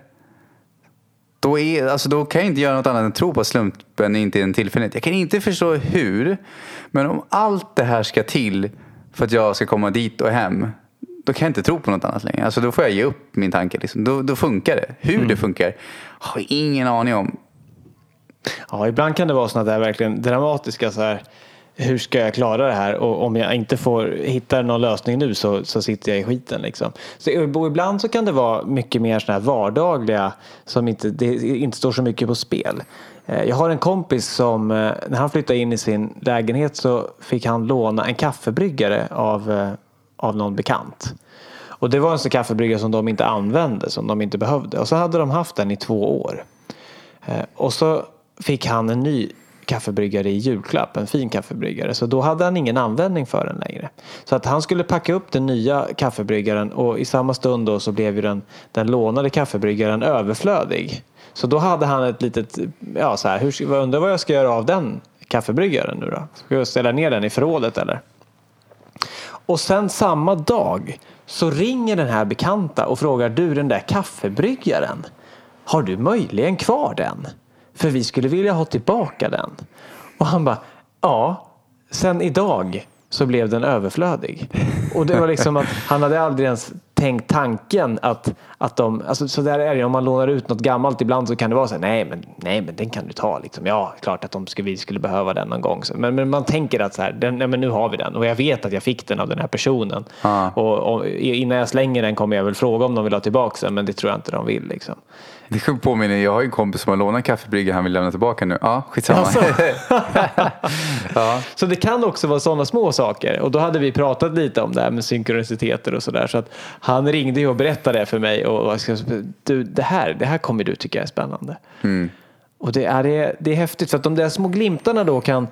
Då kan jag inte göra något annat än tro på slumpen, inte en tillfällighet. Jag kan inte förstå hur, men om allt det här ska till för att jag ska komma dit och hem, då kan jag inte tro på något annat längre. Alltså då får jag ge upp min tanke. Liksom. Då funkar det. Hur det funkar har jag ingen aning om. Ja, ibland kan det vara sådana där verkligen dramatiska så här. Hur ska jag klara det här? Och om jag inte får hitta någon lösning nu så sitter jag i skiten liksom. Så ibland så kan det vara mycket mer sådana här vardagliga som inte står så mycket på spel. Jag har en kompis som när han flyttade in i sin lägenhet så fick han låna en kaffebryggare av någon bekant. Och det var en sån kaffebryggare som de inte använde, som de inte behövde. Och så hade de haft den i 2 år. Och så fick han en ny kaffebryggare i julklapp, en fin kaffebryggare. Så då hade han ingen användning för den längre. Så att han skulle packa upp den nya kaffebryggaren, och i samma stund då så blev ju den lånade kaffebryggaren överflödig. Så då hade han ett litet, så här, undrar vad jag ska göra av den kaffebryggaren nu då? Ska jag ställa ner den i förrådet eller? Och sen samma dag så ringer den här bekanta och frågar: du, den där kaffebryggaren, har du möjligen kvar den? För vi skulle vilja ha tillbaka den. Och han bara: ja, sen idag så blev den överflödig. Och det var liksom att han hade aldrig ens tänkt tanken att de, alltså så där är det, om man lånar ut något gammalt ibland så kan det vara så här, nej men den kan du ta liksom. Ja, klart att vi skulle behöva den någon gång. Men man tänker att så här, men nu har vi den, och jag vet att jag fick den av den här personen. Och innan jag slänger den kommer jag väl fråga om de vill ha tillbaka den, men det tror jag inte de vill liksom. Det påminner, jag har en kompis som har lånat kaffebrygga, han vill lämna tillbaka nu. Ja, skitsamma. Alltså. Så det kan också vara sådana små saker. Och då hade vi pratat lite om det här med synkroniciteter och sådär. Så att han ringde ju och berättade det för mig. Och du, det här kommer du tycka är spännande. Mm. Och det är häftigt. För att de där små glimtarna då kan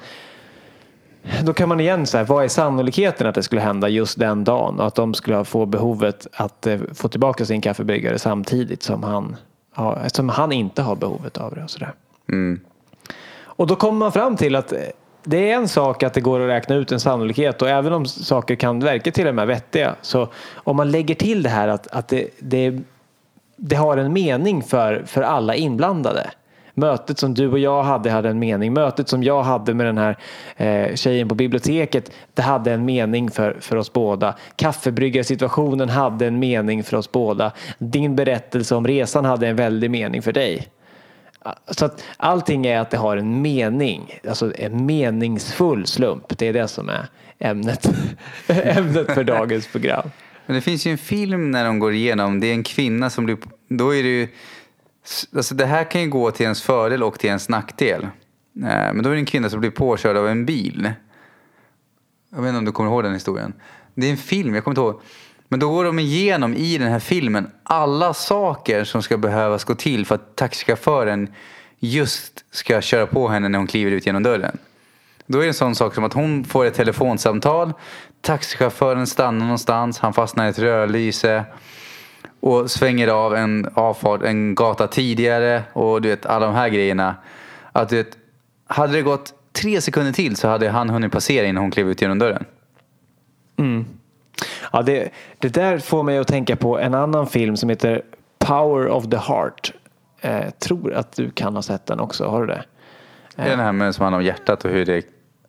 man igen säga, vad är sannolikheten att det skulle hända just den dagen? Och att de skulle få behovet att få tillbaka sin kaffebryggare samtidigt som han inte har behovet av det och sådär. Mm. Och då kommer man fram till att det är en sak att det går att räkna ut en sannolikhet, och även om saker kan verka till och med vettiga, så om man lägger till det här att det har en mening för alla inblandade. Mötet som du och jag hade en mening. Mötet som jag hade med den här tjejen på biblioteket, det hade en mening för oss båda. Kaffebryggarsituationen hade en mening för oss båda. Din berättelse om resan hade en väldig mening för dig. Så att allting är att det har en mening. Alltså en meningsfull slump. Det är det som är ämnet för dagens program. Men det finns ju en film när de går igenom. Det är en kvinna som blir... Då är det ju... Alltså det här kan ju gå till ens fördel och till ens nackdel. Men då är det en kvinna som blir påkörd av en bil. Jag vet inte om du kommer ihåg den historien. Det är en film, jag kommer inte ihåg. Men då går de igenom i den här filmen alla saker som ska behövas gå till för att taxichauffören just ska köra på henne när hon kliver ut genom dörren. Då är det en sån sak som att hon får ett telefonsamtal. Taxichauffören stannar någonstans. Han fastnar i ett rödlyse. Och svänger av en gata tidigare. Och du vet, alla de här grejerna. Att du vet, hade det gått 3 sekunder till så hade han hunnit passera innan hon klev ut genom dörren. Mm. Ja, det där får mig att tänka på en annan film som heter Power of the Heart. Tror att du kan ha sett den också, har du det? Det är den här med som handlar om hjärtat och hur det...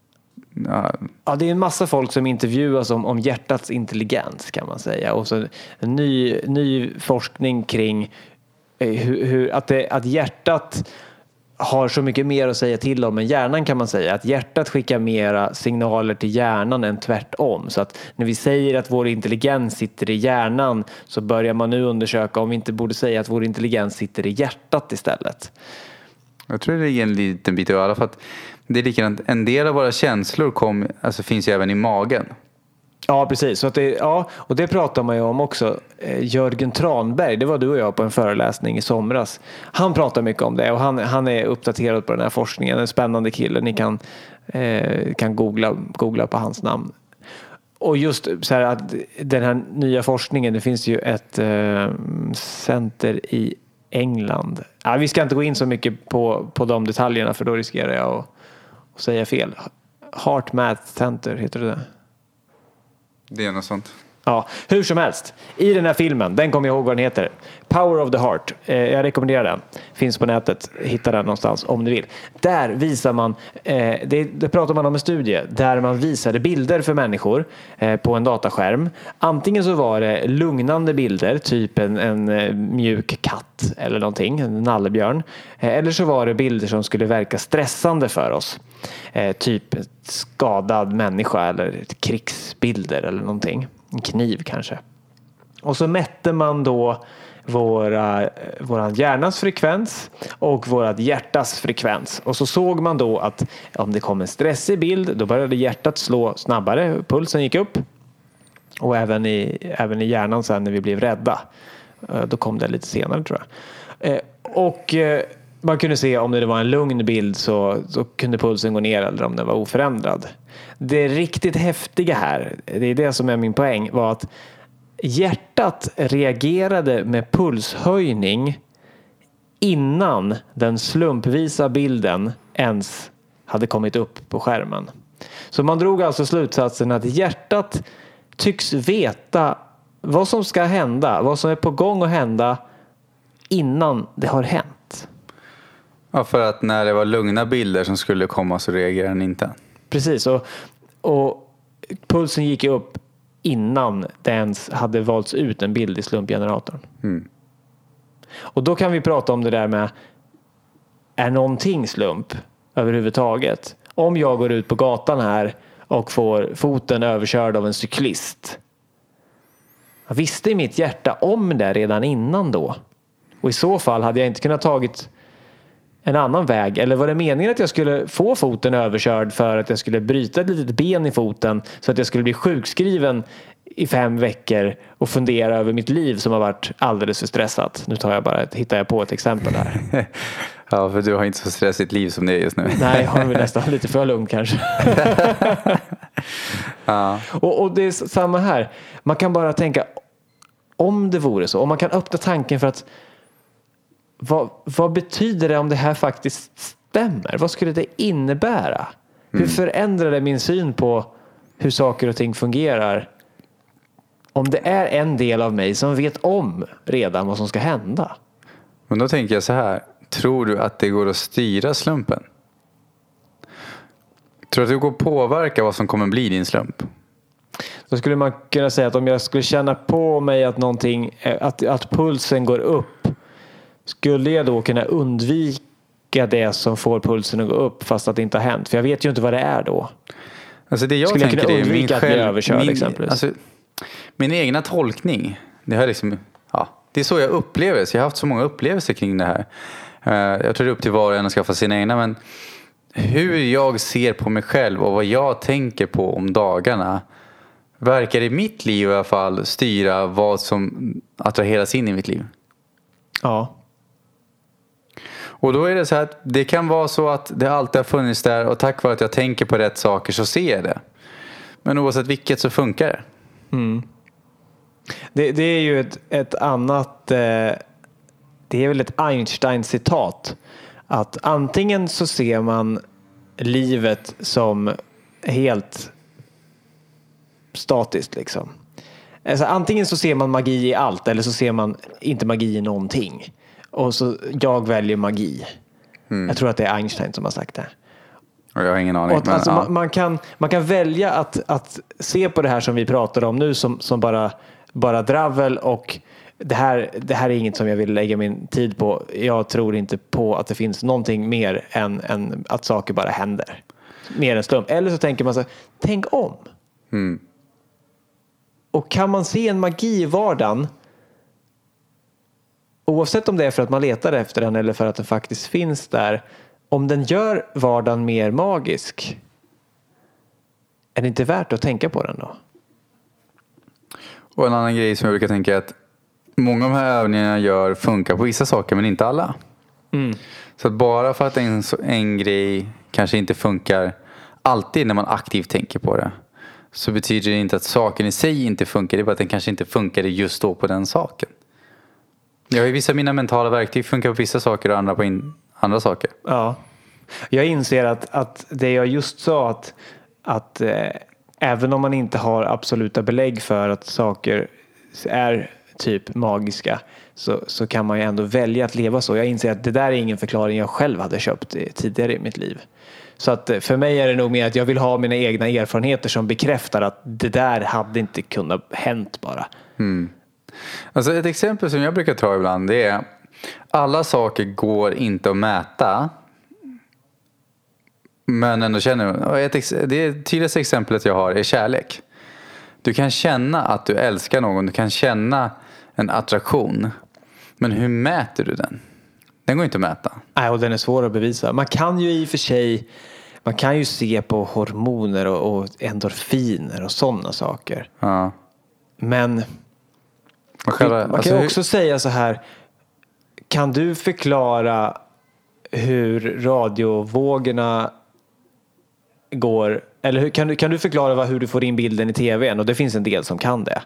Ja, det är en massa folk som intervjuas om hjärtats intelligens, kan man säga. Och så en ny forskning kring hur att hjärtat har så mycket mer att säga till om än hjärnan, kan man säga. Att hjärtat skickar mera signaler till hjärnan än tvärtom. Så att när vi säger att vår intelligens sitter i hjärnan, så börjar man nu undersöka om vi inte borde säga att vår intelligens sitter i hjärtat istället. Jag tror det är en liten bit av alla, för att det är likadant. En del av våra känslor finns ju även i magen. Ja, precis. Så att och det pratar man ju om också. Jörgen Tranberg, det var du och jag på en föreläsning i somras. Han pratar mycket om det, och han är uppdaterad på den här forskningen. En spännande kille. Ni kan googla på hans namn. Och just så här att den här nya forskningen, det finns ju ett center i England. Vi ska inte gå in så mycket på de detaljerna, för då riskerar jag att säga fel. Heart Math Center heter det. Det är något sånt. Ja, hur som helst. I den här filmen, den kommer jag ihåg vad den heter. Power of the Heart. Jag rekommenderar den. Finns på nätet. Hitta den någonstans om du vill. Där visar man, det pratar man om en studie, där man visade bilder för människor på en dataskärm. Antingen så var det lugnande bilder, typ en mjuk katt eller någonting, en nallebjörn. Eller så var det bilder som skulle verka stressande för oss. Typ skadad människa eller krigsbilder eller någonting. En kniv kanske. Och så mätte man då våran hjärnas frekvens och vårat hjärtas frekvens. Och så såg man då att om det kom en stressig bild, då började hjärtat slå snabbare. Pulsen gick upp. Och även i hjärnan sen när vi blev rädda. Då kom det lite senare, tror jag. Och man kunde se om det var en lugn bild så kunde pulsen gå ner eller om den var oförändrad. Det riktigt häftiga här, det är det som är min poäng, var att hjärtat reagerade med pulshöjning innan den slumpvisa bilden ens hade kommit upp på skärmen. Så man drog alltså slutsatsen att hjärtat tycks veta vad som ska hända, vad som är på gång att hända innan det har hänt. Ja, för att när det var lugna bilder som skulle komma så reagerade den inte. Precis, och pulsen gick upp innan det ens hade valts ut en bild i slumpgeneratorn. Och då kan vi prata om det där med, är någonting slump överhuvudtaget? Om jag går ut på gatan här och får foten överkörd av en cyklist, jag visste i mitt hjärta om det redan innan då. Och i så fall hade jag inte kunnat tagit en annan väg. Eller var det meningen att jag skulle få foten överkörd för att jag skulle bryta ett litet ben i foten så att jag skulle bli sjukskriven i 5 veckor och fundera över mitt liv som har varit alldeles för stressat? Nu hittar jag på ett exempel här. Ja, för du har inte så stressigt liv som det är just nu. Nej, jag har väl nästan lite för lugnt kanske. Ja. Och det är samma här. Man kan bara tänka, om det vore så. Och man kan öppna tanken för att vad betyder det om det här faktiskt stämmer? Vad skulle det innebära? Hur förändrar det min syn på hur saker och ting fungerar? Om det är en del av mig som vet om redan vad som ska hända. Men då tänker jag så här. Tror du att det går att styra slumpen? Tror du att det går att påverka vad som kommer bli din slump? Då skulle man kunna säga att om jag skulle känna på mig att att pulsen går upp, skulle jag då kunna undvika det som får pulsen att gå upp fast att det inte har hänt? För jag vet ju inte vad det är då. Alltså det jag skulle tänker, jag kunna är undvika att bli överkörd exempelvis? Alltså, min egna tolkning, det här liksom, det är så jag upplever det. Jag har haft så många upplevelser kring det här. Jag tror det är upp till var och en att skaffa sina egna, men hur jag ser på mig själv och vad jag tänker på om dagarna verkar i mitt liv i alla fall styra vad som attraheras in i mitt liv. Ja. Och då är det så här att det kan vara så att det alltid har funnits där och tack vare att jag tänker på rätt saker så ser jag det. Men oavsett vilket så funkar det. Det är ju ett annat, det är väl ett Einstein-citat, att antingen så ser man livet som helt statiskt liksom. Alltså, antingen så ser man magi i allt eller så ser man inte magi i någonting. Och så jag väljer magi. Jag tror att det är Einstein som har sagt det. Och jag har ingen aning. Och, alltså, man kan välja att se på det här som vi pratar om nu som bara dravel, och det här är inget som jag vill lägga min tid på. Jag tror inte på att det finns någonting mer än att saker bara händer. Mer än slump. Eller så tänker man så här, tänk om. Och kan man se en magi i vardagen, oavsett om det är för att man letar efter den eller för att den faktiskt finns där, om den gör vardagen mer magisk, är det inte värt att tänka på den då? Och en annan grej som jag brukar tänka är att många av de här övningarna funkar på vissa saker men inte alla. Så att bara för att en grej kanske inte funkar alltid när man aktivt tänker på det, så betyder det inte att saken i sig inte funkar. Det är bara att den kanske inte funkar just då på den saken. Jag har ju vissa mina mentala verktyg funkar på vissa saker och andra på andra saker. Ja. Jag inser att det jag just sa, att även om man inte har absoluta belägg för att saker är typ magiska, så kan man ju ändå välja att leva så. Jag inser att det där är ingen förklaring jag själv hade köpt tidigare i mitt liv. Så att för mig är det nog mer att jag vill ha mina egna erfarenheter som bekräftar att det där hade inte kunnat hänt bara. Alltså ett exempel som jag brukar ta ibland, det är alla saker går inte att mäta, men ändå känner det tydligaste exemplet jag har är kärlek. Du kan känna att du älskar någon, du kan känna en attraktion, men hur mäter du den? Den går inte att mäta. Nej, och den är svår att bevisa. Man kan ju i och för sig, man kan ju se på hormoner och endorfiner och sådana saker. Ja. Men man kan ju också säga så här, kan du förklara hur radiovågorna går, eller kan du förklara hur du får in bilden i tvn? Och det finns en del som kan det.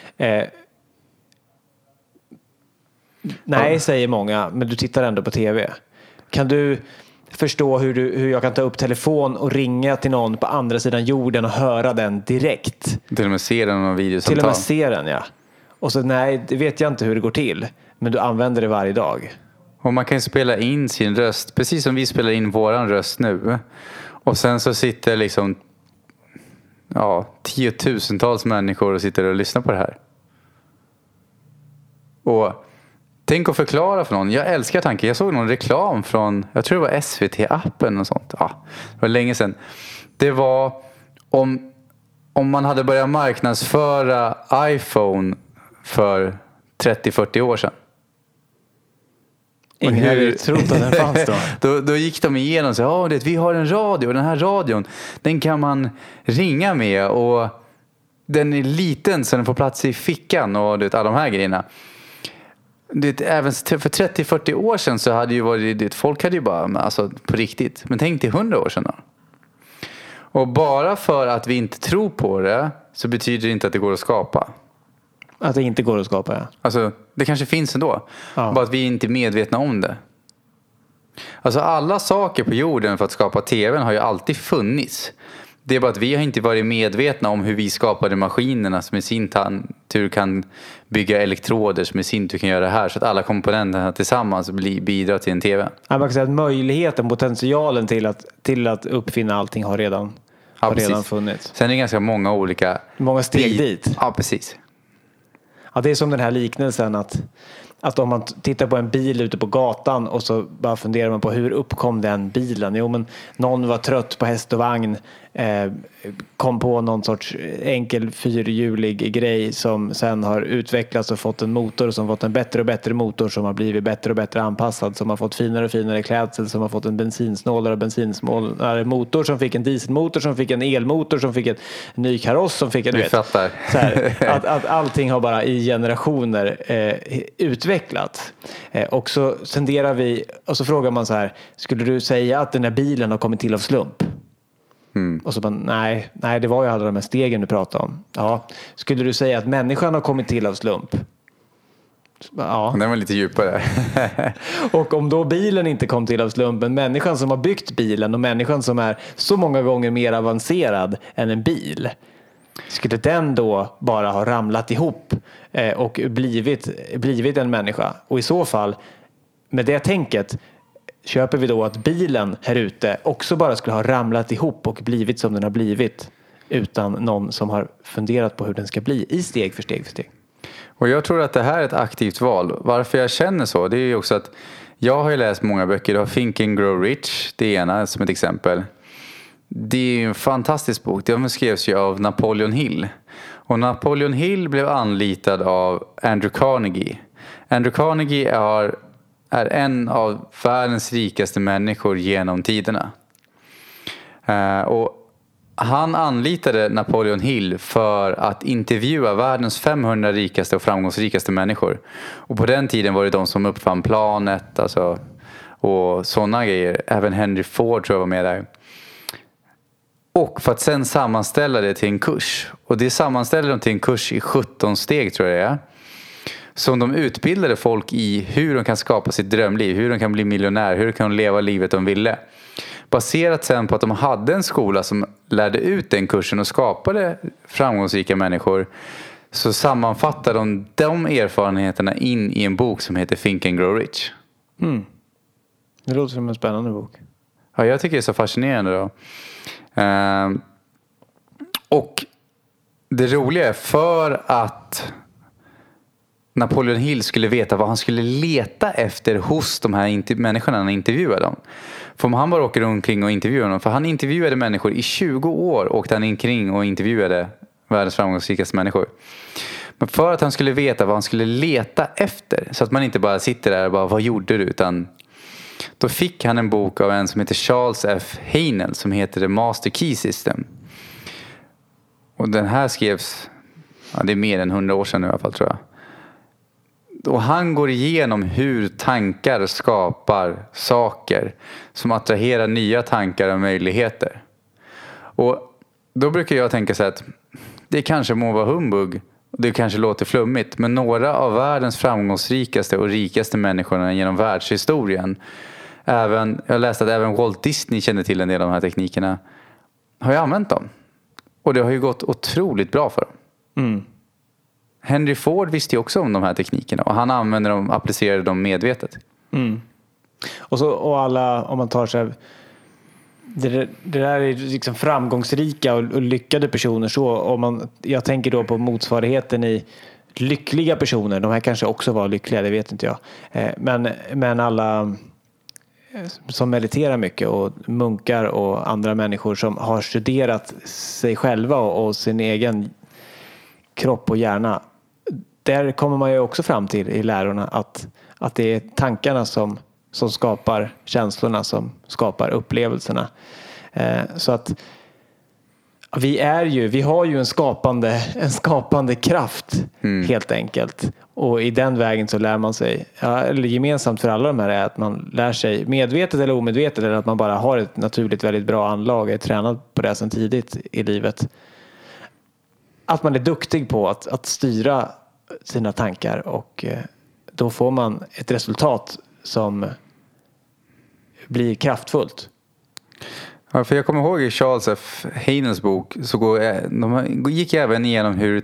Nej, säger många, men du tittar ändå på tv. Kan du förstå hur jag kan ta upp telefon och ringa till någon på andra sidan jorden och höra den direkt? Till och med se den och videosamtal. Till och med se den, ja. Och så nej, det vet jag inte hur det går till. Men du använder det varje dag. Och man kan spela in sin röst, precis som vi spelar in våran röst nu. Och sen så sitter liksom tiotusentals människor och sitter och lyssnar på det här. Och tänk att förklara för någon. Jag älskar tanken. Jag såg någon reklam från, jag tror det var SVT-appen och sånt. Ja, det var länge sedan. Det var om man hade börjat marknadsföra iPhone för 30-40 år sedan. Ingen hade trott att den fanns då. Då gick de igenom och sa, vi har en radio och den här radion, den kan man ringa med och den är liten så den får plats i fickan och alla de här grejerna. Även för 30-40 år sedan så hade ju varit, folk hade ju bara, alltså på riktigt, men tänk till 100 år sedan då. Och bara för att vi inte tror på det så betyder det inte att det går att skapa. Att det inte går att skapa, ja. Alltså, det kanske finns ändå. Ja. Bara att vi inte är medvetna om det. Alltså alla saker på jorden för att skapa tvn har ju alltid funnits. Det är bara att vi har inte varit medvetna om hur vi skapade maskinerna som i sin tur kan bygga elektroder som i sin tur kan göra det här. Så att alla komponenterna tillsammans bidrar till en tv. Man kan säga att möjligheten, potentialen till att uppfinna allting har redan funnits. Sen är det ganska många olika... Många steg dit. Ja, precis. Ja, det är som den här liknelsen att om man tittar på en bil ute på gatan och så bara funderar man på hur uppkom den bilen. Jo, men någon var trött på häst och vagn, kom på någon sorts enkel fyrhjulig grej som sen har utvecklats och fått en motor som fått en bättre och bättre motor som har blivit bättre och bättre anpassad, som har fått finare och finare klädsel, som har fått en bensinsnålare motor, som fick en dieselmotor, som fick en elmotor, som fick en ny kaross, som fick en... Du fattar. Så här, att allting har bara i generationer utvecklats. Och så tenderar vi, och så frågar man så här, skulle du säga att den här bilen har kommit till av slump? Och så bara, nej, det var ju alla de här stegen du pratade om. Ja. Skulle du säga att människan har kommit till av slump? Ja. Den var lite djupare. Och om då bilen inte kom till av slumpen, människan som har byggt bilen och människan som är så många gånger mer avancerad än en bil, skulle den då bara ha ramlat ihop och blivit en människa? Och i så fall, med det tänket, köper vi då att bilen här ute också bara skulle ha ramlat ihop och blivit som den har blivit utan någon som har funderat på hur den ska bli i steg för steg för steg. Och jag tror att det här är ett aktivt val. Varför jag känner så, det är ju också att jag har ju läst många böcker. Du har Think and Grow Rich, det ena som ett exempel. Det är ju en fantastisk bok. Den skrevs ju av Napoleon Hill. Och Napoleon Hill blev anlitad av Andrew Carnegie. Andrew Carnegie är en av världens rikaste människor genom tiderna. Och han anlitade Napoleon Hill för att intervjua världens 500 rikaste och framgångsrikaste människor. Och på den tiden var det de som uppfann planet och sådana grejer. Även Henry Ford tror jag var med där. Och för att sen sammanställa det till en kurs. Och det sammanställde de till en kurs i 17 steg tror jag det är. Som de utbildade folk i hur de kan skapa sitt drömliv. Hur de kan bli miljonär. Hur de kan leva livet de ville. Baserat sen på att de hade en skola som lärde ut den kursen och skapade framgångsrika människor. Så sammanfattar de erfarenheterna in i en bok som heter Think and Grow Rich. Det låter som en spännande bok. Ja, jag tycker det är så fascinerande då. Och det roliga är för att Napoleon Hill skulle veta vad han skulle leta efter hos de här människorna han intervjuade dem. För om han bara åker omkring och intervjuar dem. För han intervjuade människor i 20 år. Åkte han omkring och intervjuade världens framgångsrikaste människor. Men för att han skulle veta vad han skulle leta efter. Så att man inte bara sitter där och bara, vad gjorde du? Utan då fick han en bok av en som heter Charles F. Haanel. Som heter The Master Key System. Och den här skrevs, det är mer än 100 år sedan i alla fall tror jag. Och han går igenom hur tankar skapar saker som attraherar nya tankar och möjligheter. Och då brukar jag tänka så här att det kanske må vara humbug, det kanske låter flummigt, men några av världens framgångsrikaste och rikaste människorna genom världshistorien, jag läste att även Walt Disney kände till en del av de här teknikerna, har ju använt dem. Och det har ju gått otroligt bra för dem. Mm. Henry Ford visste ju också om de här teknikerna och han använde dem, applicerade dem medvetet. Mm. Och alla, om man tar så här, det där är liksom framgångsrika och lyckade personer. Så jag tänker då på motsvarigheten i lyckliga personer. De här kanske också var lyckliga, det vet inte jag. Men alla som mediterar mycket och munkar och andra människor som har studerat sig själva och sin egen kropp och hjärna. Där kommer man ju också fram till i lärorna att det är tankarna som skapar känslorna, som skapar upplevelserna. Så att vi har ju en skapande kraft helt enkelt. Och i den vägen så lär man sig, eller gemensamt för alla de här är att man lär sig medvetet eller omedvetet, eller att man bara har ett naturligt väldigt bra anlag, är tränad på det sedan tidigt i livet. Att man är duktig på att styra sina tankar, och då får man ett resultat som blir kraftfullt. Ja, för jag kommer ihåg i Charles F. Haanels bok de gick även igenom hur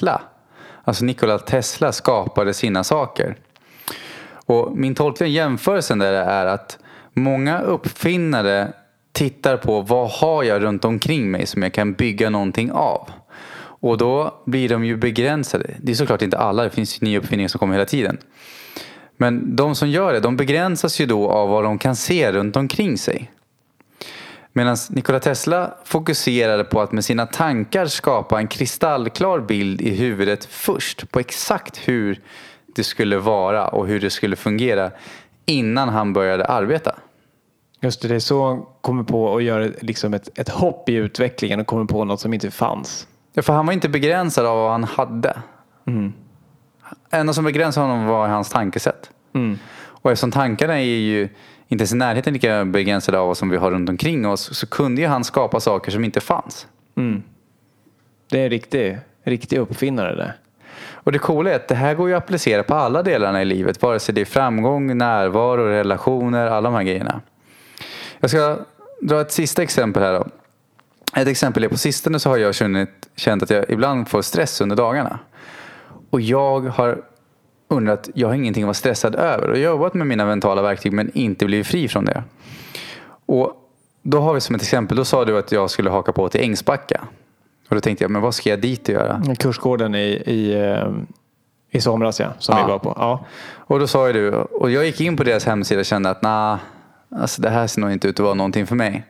Nikola Tesla skapade sina saker. Och min tolkning av jämförelsen där är att många uppfinnare tittar på vad har jag runt omkring mig som jag kan bygga någonting av. Och då blir de ju begränsade. Det är såklart inte alla, det finns ju nya uppfinningar som kommer hela tiden. Men de som gör det, de begränsas ju då av vad de kan se runt omkring sig. Medan Nikola Tesla fokuserade på att med sina tankar skapa en kristallklar bild i huvudet först på exakt hur det skulle vara och hur det skulle fungera innan han började arbeta. Just det är så han kommer på att göra liksom ett hopp i utvecklingen och kommer på något som inte fanns. Ja, för han var inte begränsad av vad han hade. Mm. Enda som begränsade honom var hans tankesätt. Mm. Och eftersom tankarna är ju inte ens i närheten lika begränsade av vad som vi har runt omkring oss, så kunde ju han skapa saker som inte fanns. Mm. Det är riktig uppfinnare det. Och det coola är att det här går ju att applicera på alla delarna i livet. Vare sig det är framgång, närvaro, relationer, alla de här grejerna. Jag ska dra ett sista exempel här då. Ett exempel är på sistone så har jag känt att jag ibland får stress under dagarna. Och jag har undrat, jag har ingenting att vara stressad över. Och jag har jobbat med mina mentala verktyg men inte blivit fri från det. Och då har vi som ett exempel, då sa du att jag skulle haka på till Ängsbacka. Och då tänkte jag, men vad ska jag dit och göra? Kursgården i somras, ja, som vi var på. Ja. Och då sa du, och jag gick in på deras hemsida och kände att alltså det här ser nog inte ut att vara någonting för mig.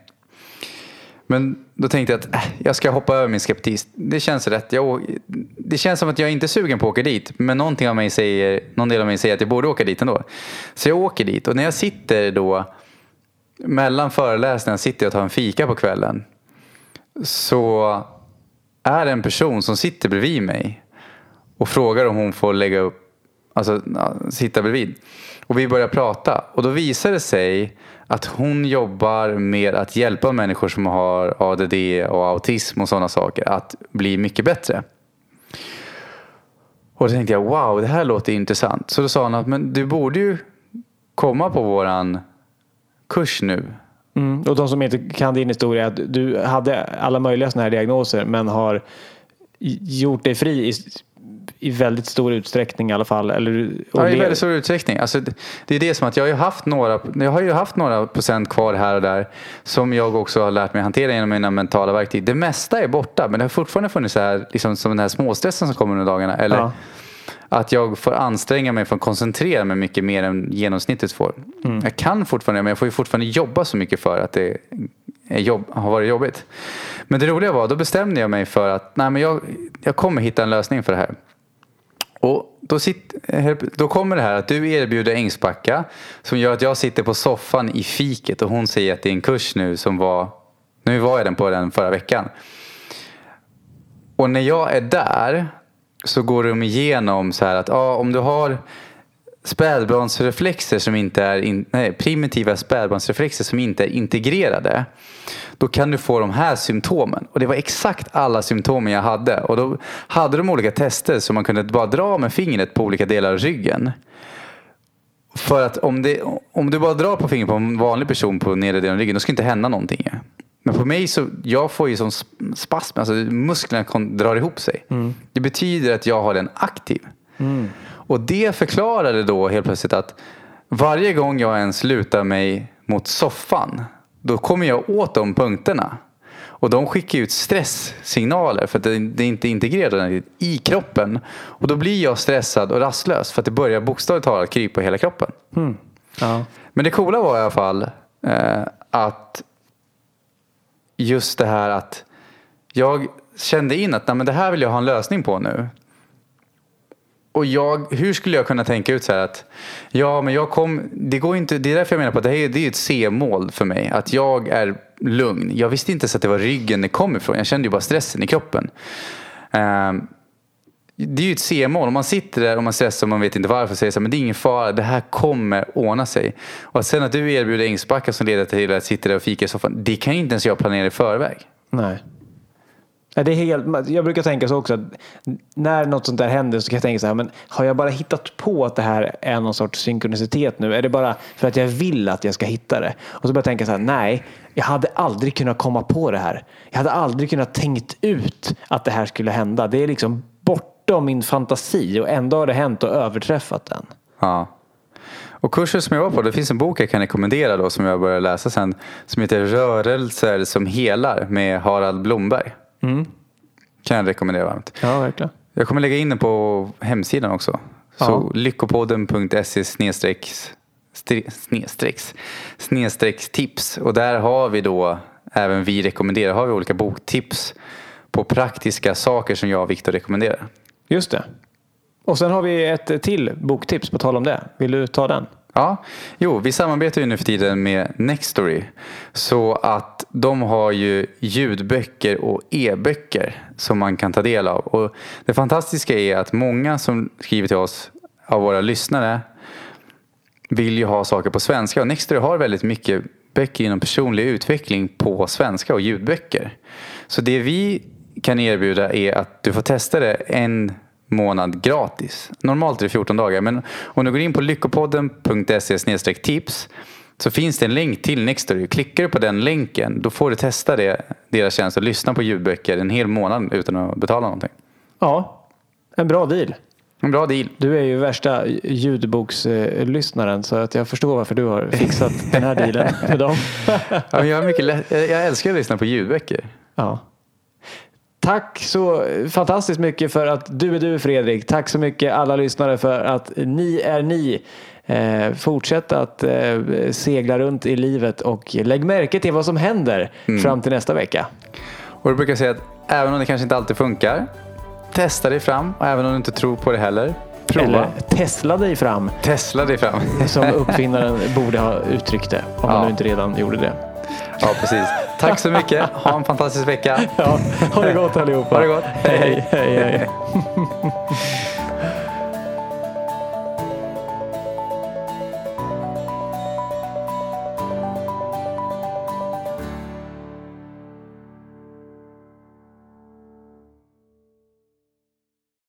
Men då tänkte jag att jag ska hoppa över min skeptis. Det känns rätt. Det känns som att jag inte är sugen på att åka dit. Men någon del av mig säger att jag borde åka dit ändå. Så jag åker dit. Och när jag sitter då mellan föreläsningarna, sitter jag och tar en fika på kvällen. Så är det en person som sitter bredvid mig och frågar om hon får lägga upp, alltså sitta bredvid. Och vi börjar prata. Och då visar det sig att hon jobbar med att hjälpa människor som har ADD och autism och sådana saker att bli mycket bättre. Och då tänkte jag, wow, det här låter intressant. Så då sa hon att, men du borde ju komma på våran kurs nu. Mm. Och de som inte kan din historia, att du hade alla möjliga sådana här diagnoser men har gjort dig fri i väldigt stor utsträckning i alla fall. Ja, i väldigt stor utsträckning. Alltså, det är det som att jag har ju haft några procent kvar här och där som jag också har lärt mig hantera genom mina mentala verktyg. Det mesta är borta, men det har fortfarande funnits så här, liksom, som den här småstressen som kommer under dagarna. Eller att jag får anstränga mig för att koncentrera mig mycket mer än genomsnittet får. Mm. Jag kan fortfarande, men jag får ju fortfarande jobba så mycket för att det har varit jobbigt. Men det roliga var, då bestämde jag mig för att jag kommer hitta en lösning för det här. Och då kommer det här att du erbjuder Ängsbacka som gör att jag sitter på soffan i fiket och hon säger att det är en kurs nu nu var jag på den förra veckan. Och när jag är där så går de igenom så här att om du har spädbarnsreflexer som inte är primitiva spädbarnsreflexer som inte är integrerade, då kan du få de här symptomen. Och det var exakt alla symptomen jag hade. Och då hade de olika tester så man kunde bara dra med fingret på olika delar av ryggen. För att om du bara drar på fingret på en vanlig person på nedre delen av ryggen, då ska inte hända någonting. Men på mig så, jag får ju sån spasm, alltså musklerna drar ihop sig. Det betyder att jag har den aktiv. Och det förklarade då helt plötsligt att varje gång jag ens lutar mig mot soffan, då kommer jag åt de punkterna. Och de skickar ut stresssignaler för att det är inte integrerat i kroppen. Och då blir jag stressad och rastlös för att det börjar bokstavligt talat krypa i hela kroppen. Ja. Men det coola var i alla fall att just det här att jag kände in att men det här vill jag ha en lösning på nu. Och hur skulle jag kunna tänka ut så här att det går inte, det är därför jag menar på att det är ett C-mål för mig, att jag är lugn. Jag visste inte så att det var ryggen det kom ifrån. Jag kände ju bara stressen i kroppen. Det är ju ett C-mål. Om man sitter där och man stressar och man vet inte varför, säger så här, men det är ingen fara, det här kommer ordna sig. Och sen att du erbjuder ängsbackar som leder till att sitta där och fika i soffan, det kan ju inte ens jag planera i förväg. Nej. Det är helt, jag brukar tänka så också att när något sånt där händer så kan jag tänka så här, men har jag bara hittat på att det här är någon sorts synkronicitet nu? Är det bara för att jag vill att jag ska hitta det? Och så börjar jag tänka så här, nej, jag hade aldrig kunnat komma på det här. Jag hade aldrig kunnat tänkt ut att det här skulle hända. Det är liksom bortom min fantasi och ändå har det hänt och överträffat den. Ja. Och kursen som jag var på, det finns en bok jag kan rekommendera då som jag började läsa sen, som heter Rörelser som helar med Harald Blomberg. Kan jag rekommendera varmt. Ja, verkligen. Jag kommer lägga in den på hemsidan också. Så lyckopodden.se/tips. Och där har vi då, även vi rekommenderar, har vi olika boktips på praktiska saker som jag och Victor rekommenderar. Just det. Och sen har vi ett till boktips på tal om det. Vill du ta den? Ja, vi samarbetar ju nu för tiden med Nextory. Så att de har ju ljudböcker och e-böcker som man kan ta del av. Och det fantastiska är att många som skriver till oss av våra lyssnare vill ju ha saker på svenska. Och Nextory har väldigt mycket böcker inom personlig utveckling på svenska och ljudböcker. Så det vi kan erbjuda är att du får testa det en månad gratis. Normalt är det 14 dagar. Men om du går in på lyckopodden.se/tips så finns det en länk till Nextory. Klickar du på den länken, då får du testa deras tjänst och lyssna på ljudböcker en hel månad utan att betala någonting. Ja, en bra deal. En bra deal. Du är ju värsta ljudbokslyssnaren så att jag förstår varför du har fixat den här dealen med dem. Ja, jag älskar att lyssna på ljudböcker. Ja. Tack så fantastiskt mycket för att du är du, Fredrik. Tack så mycket alla lyssnare för att ni är ni. Fortsätt att segla runt i livet och lägg märke till vad som händer fram till nästa vecka. Och du brukar säga att även om det kanske inte alltid funkar, testa dig fram, och även om du inte tror på det heller, prova. Eller Tesla dig fram. Tesla dig fram. Som uppfinnaren borde ha uttryckt det, om han nu inte redan gjorde det. Ja, precis. Tack så mycket. Ha en fantastisk vecka. Ja, ha det gott allihopa. Ha det gott. Hej, hej, hej.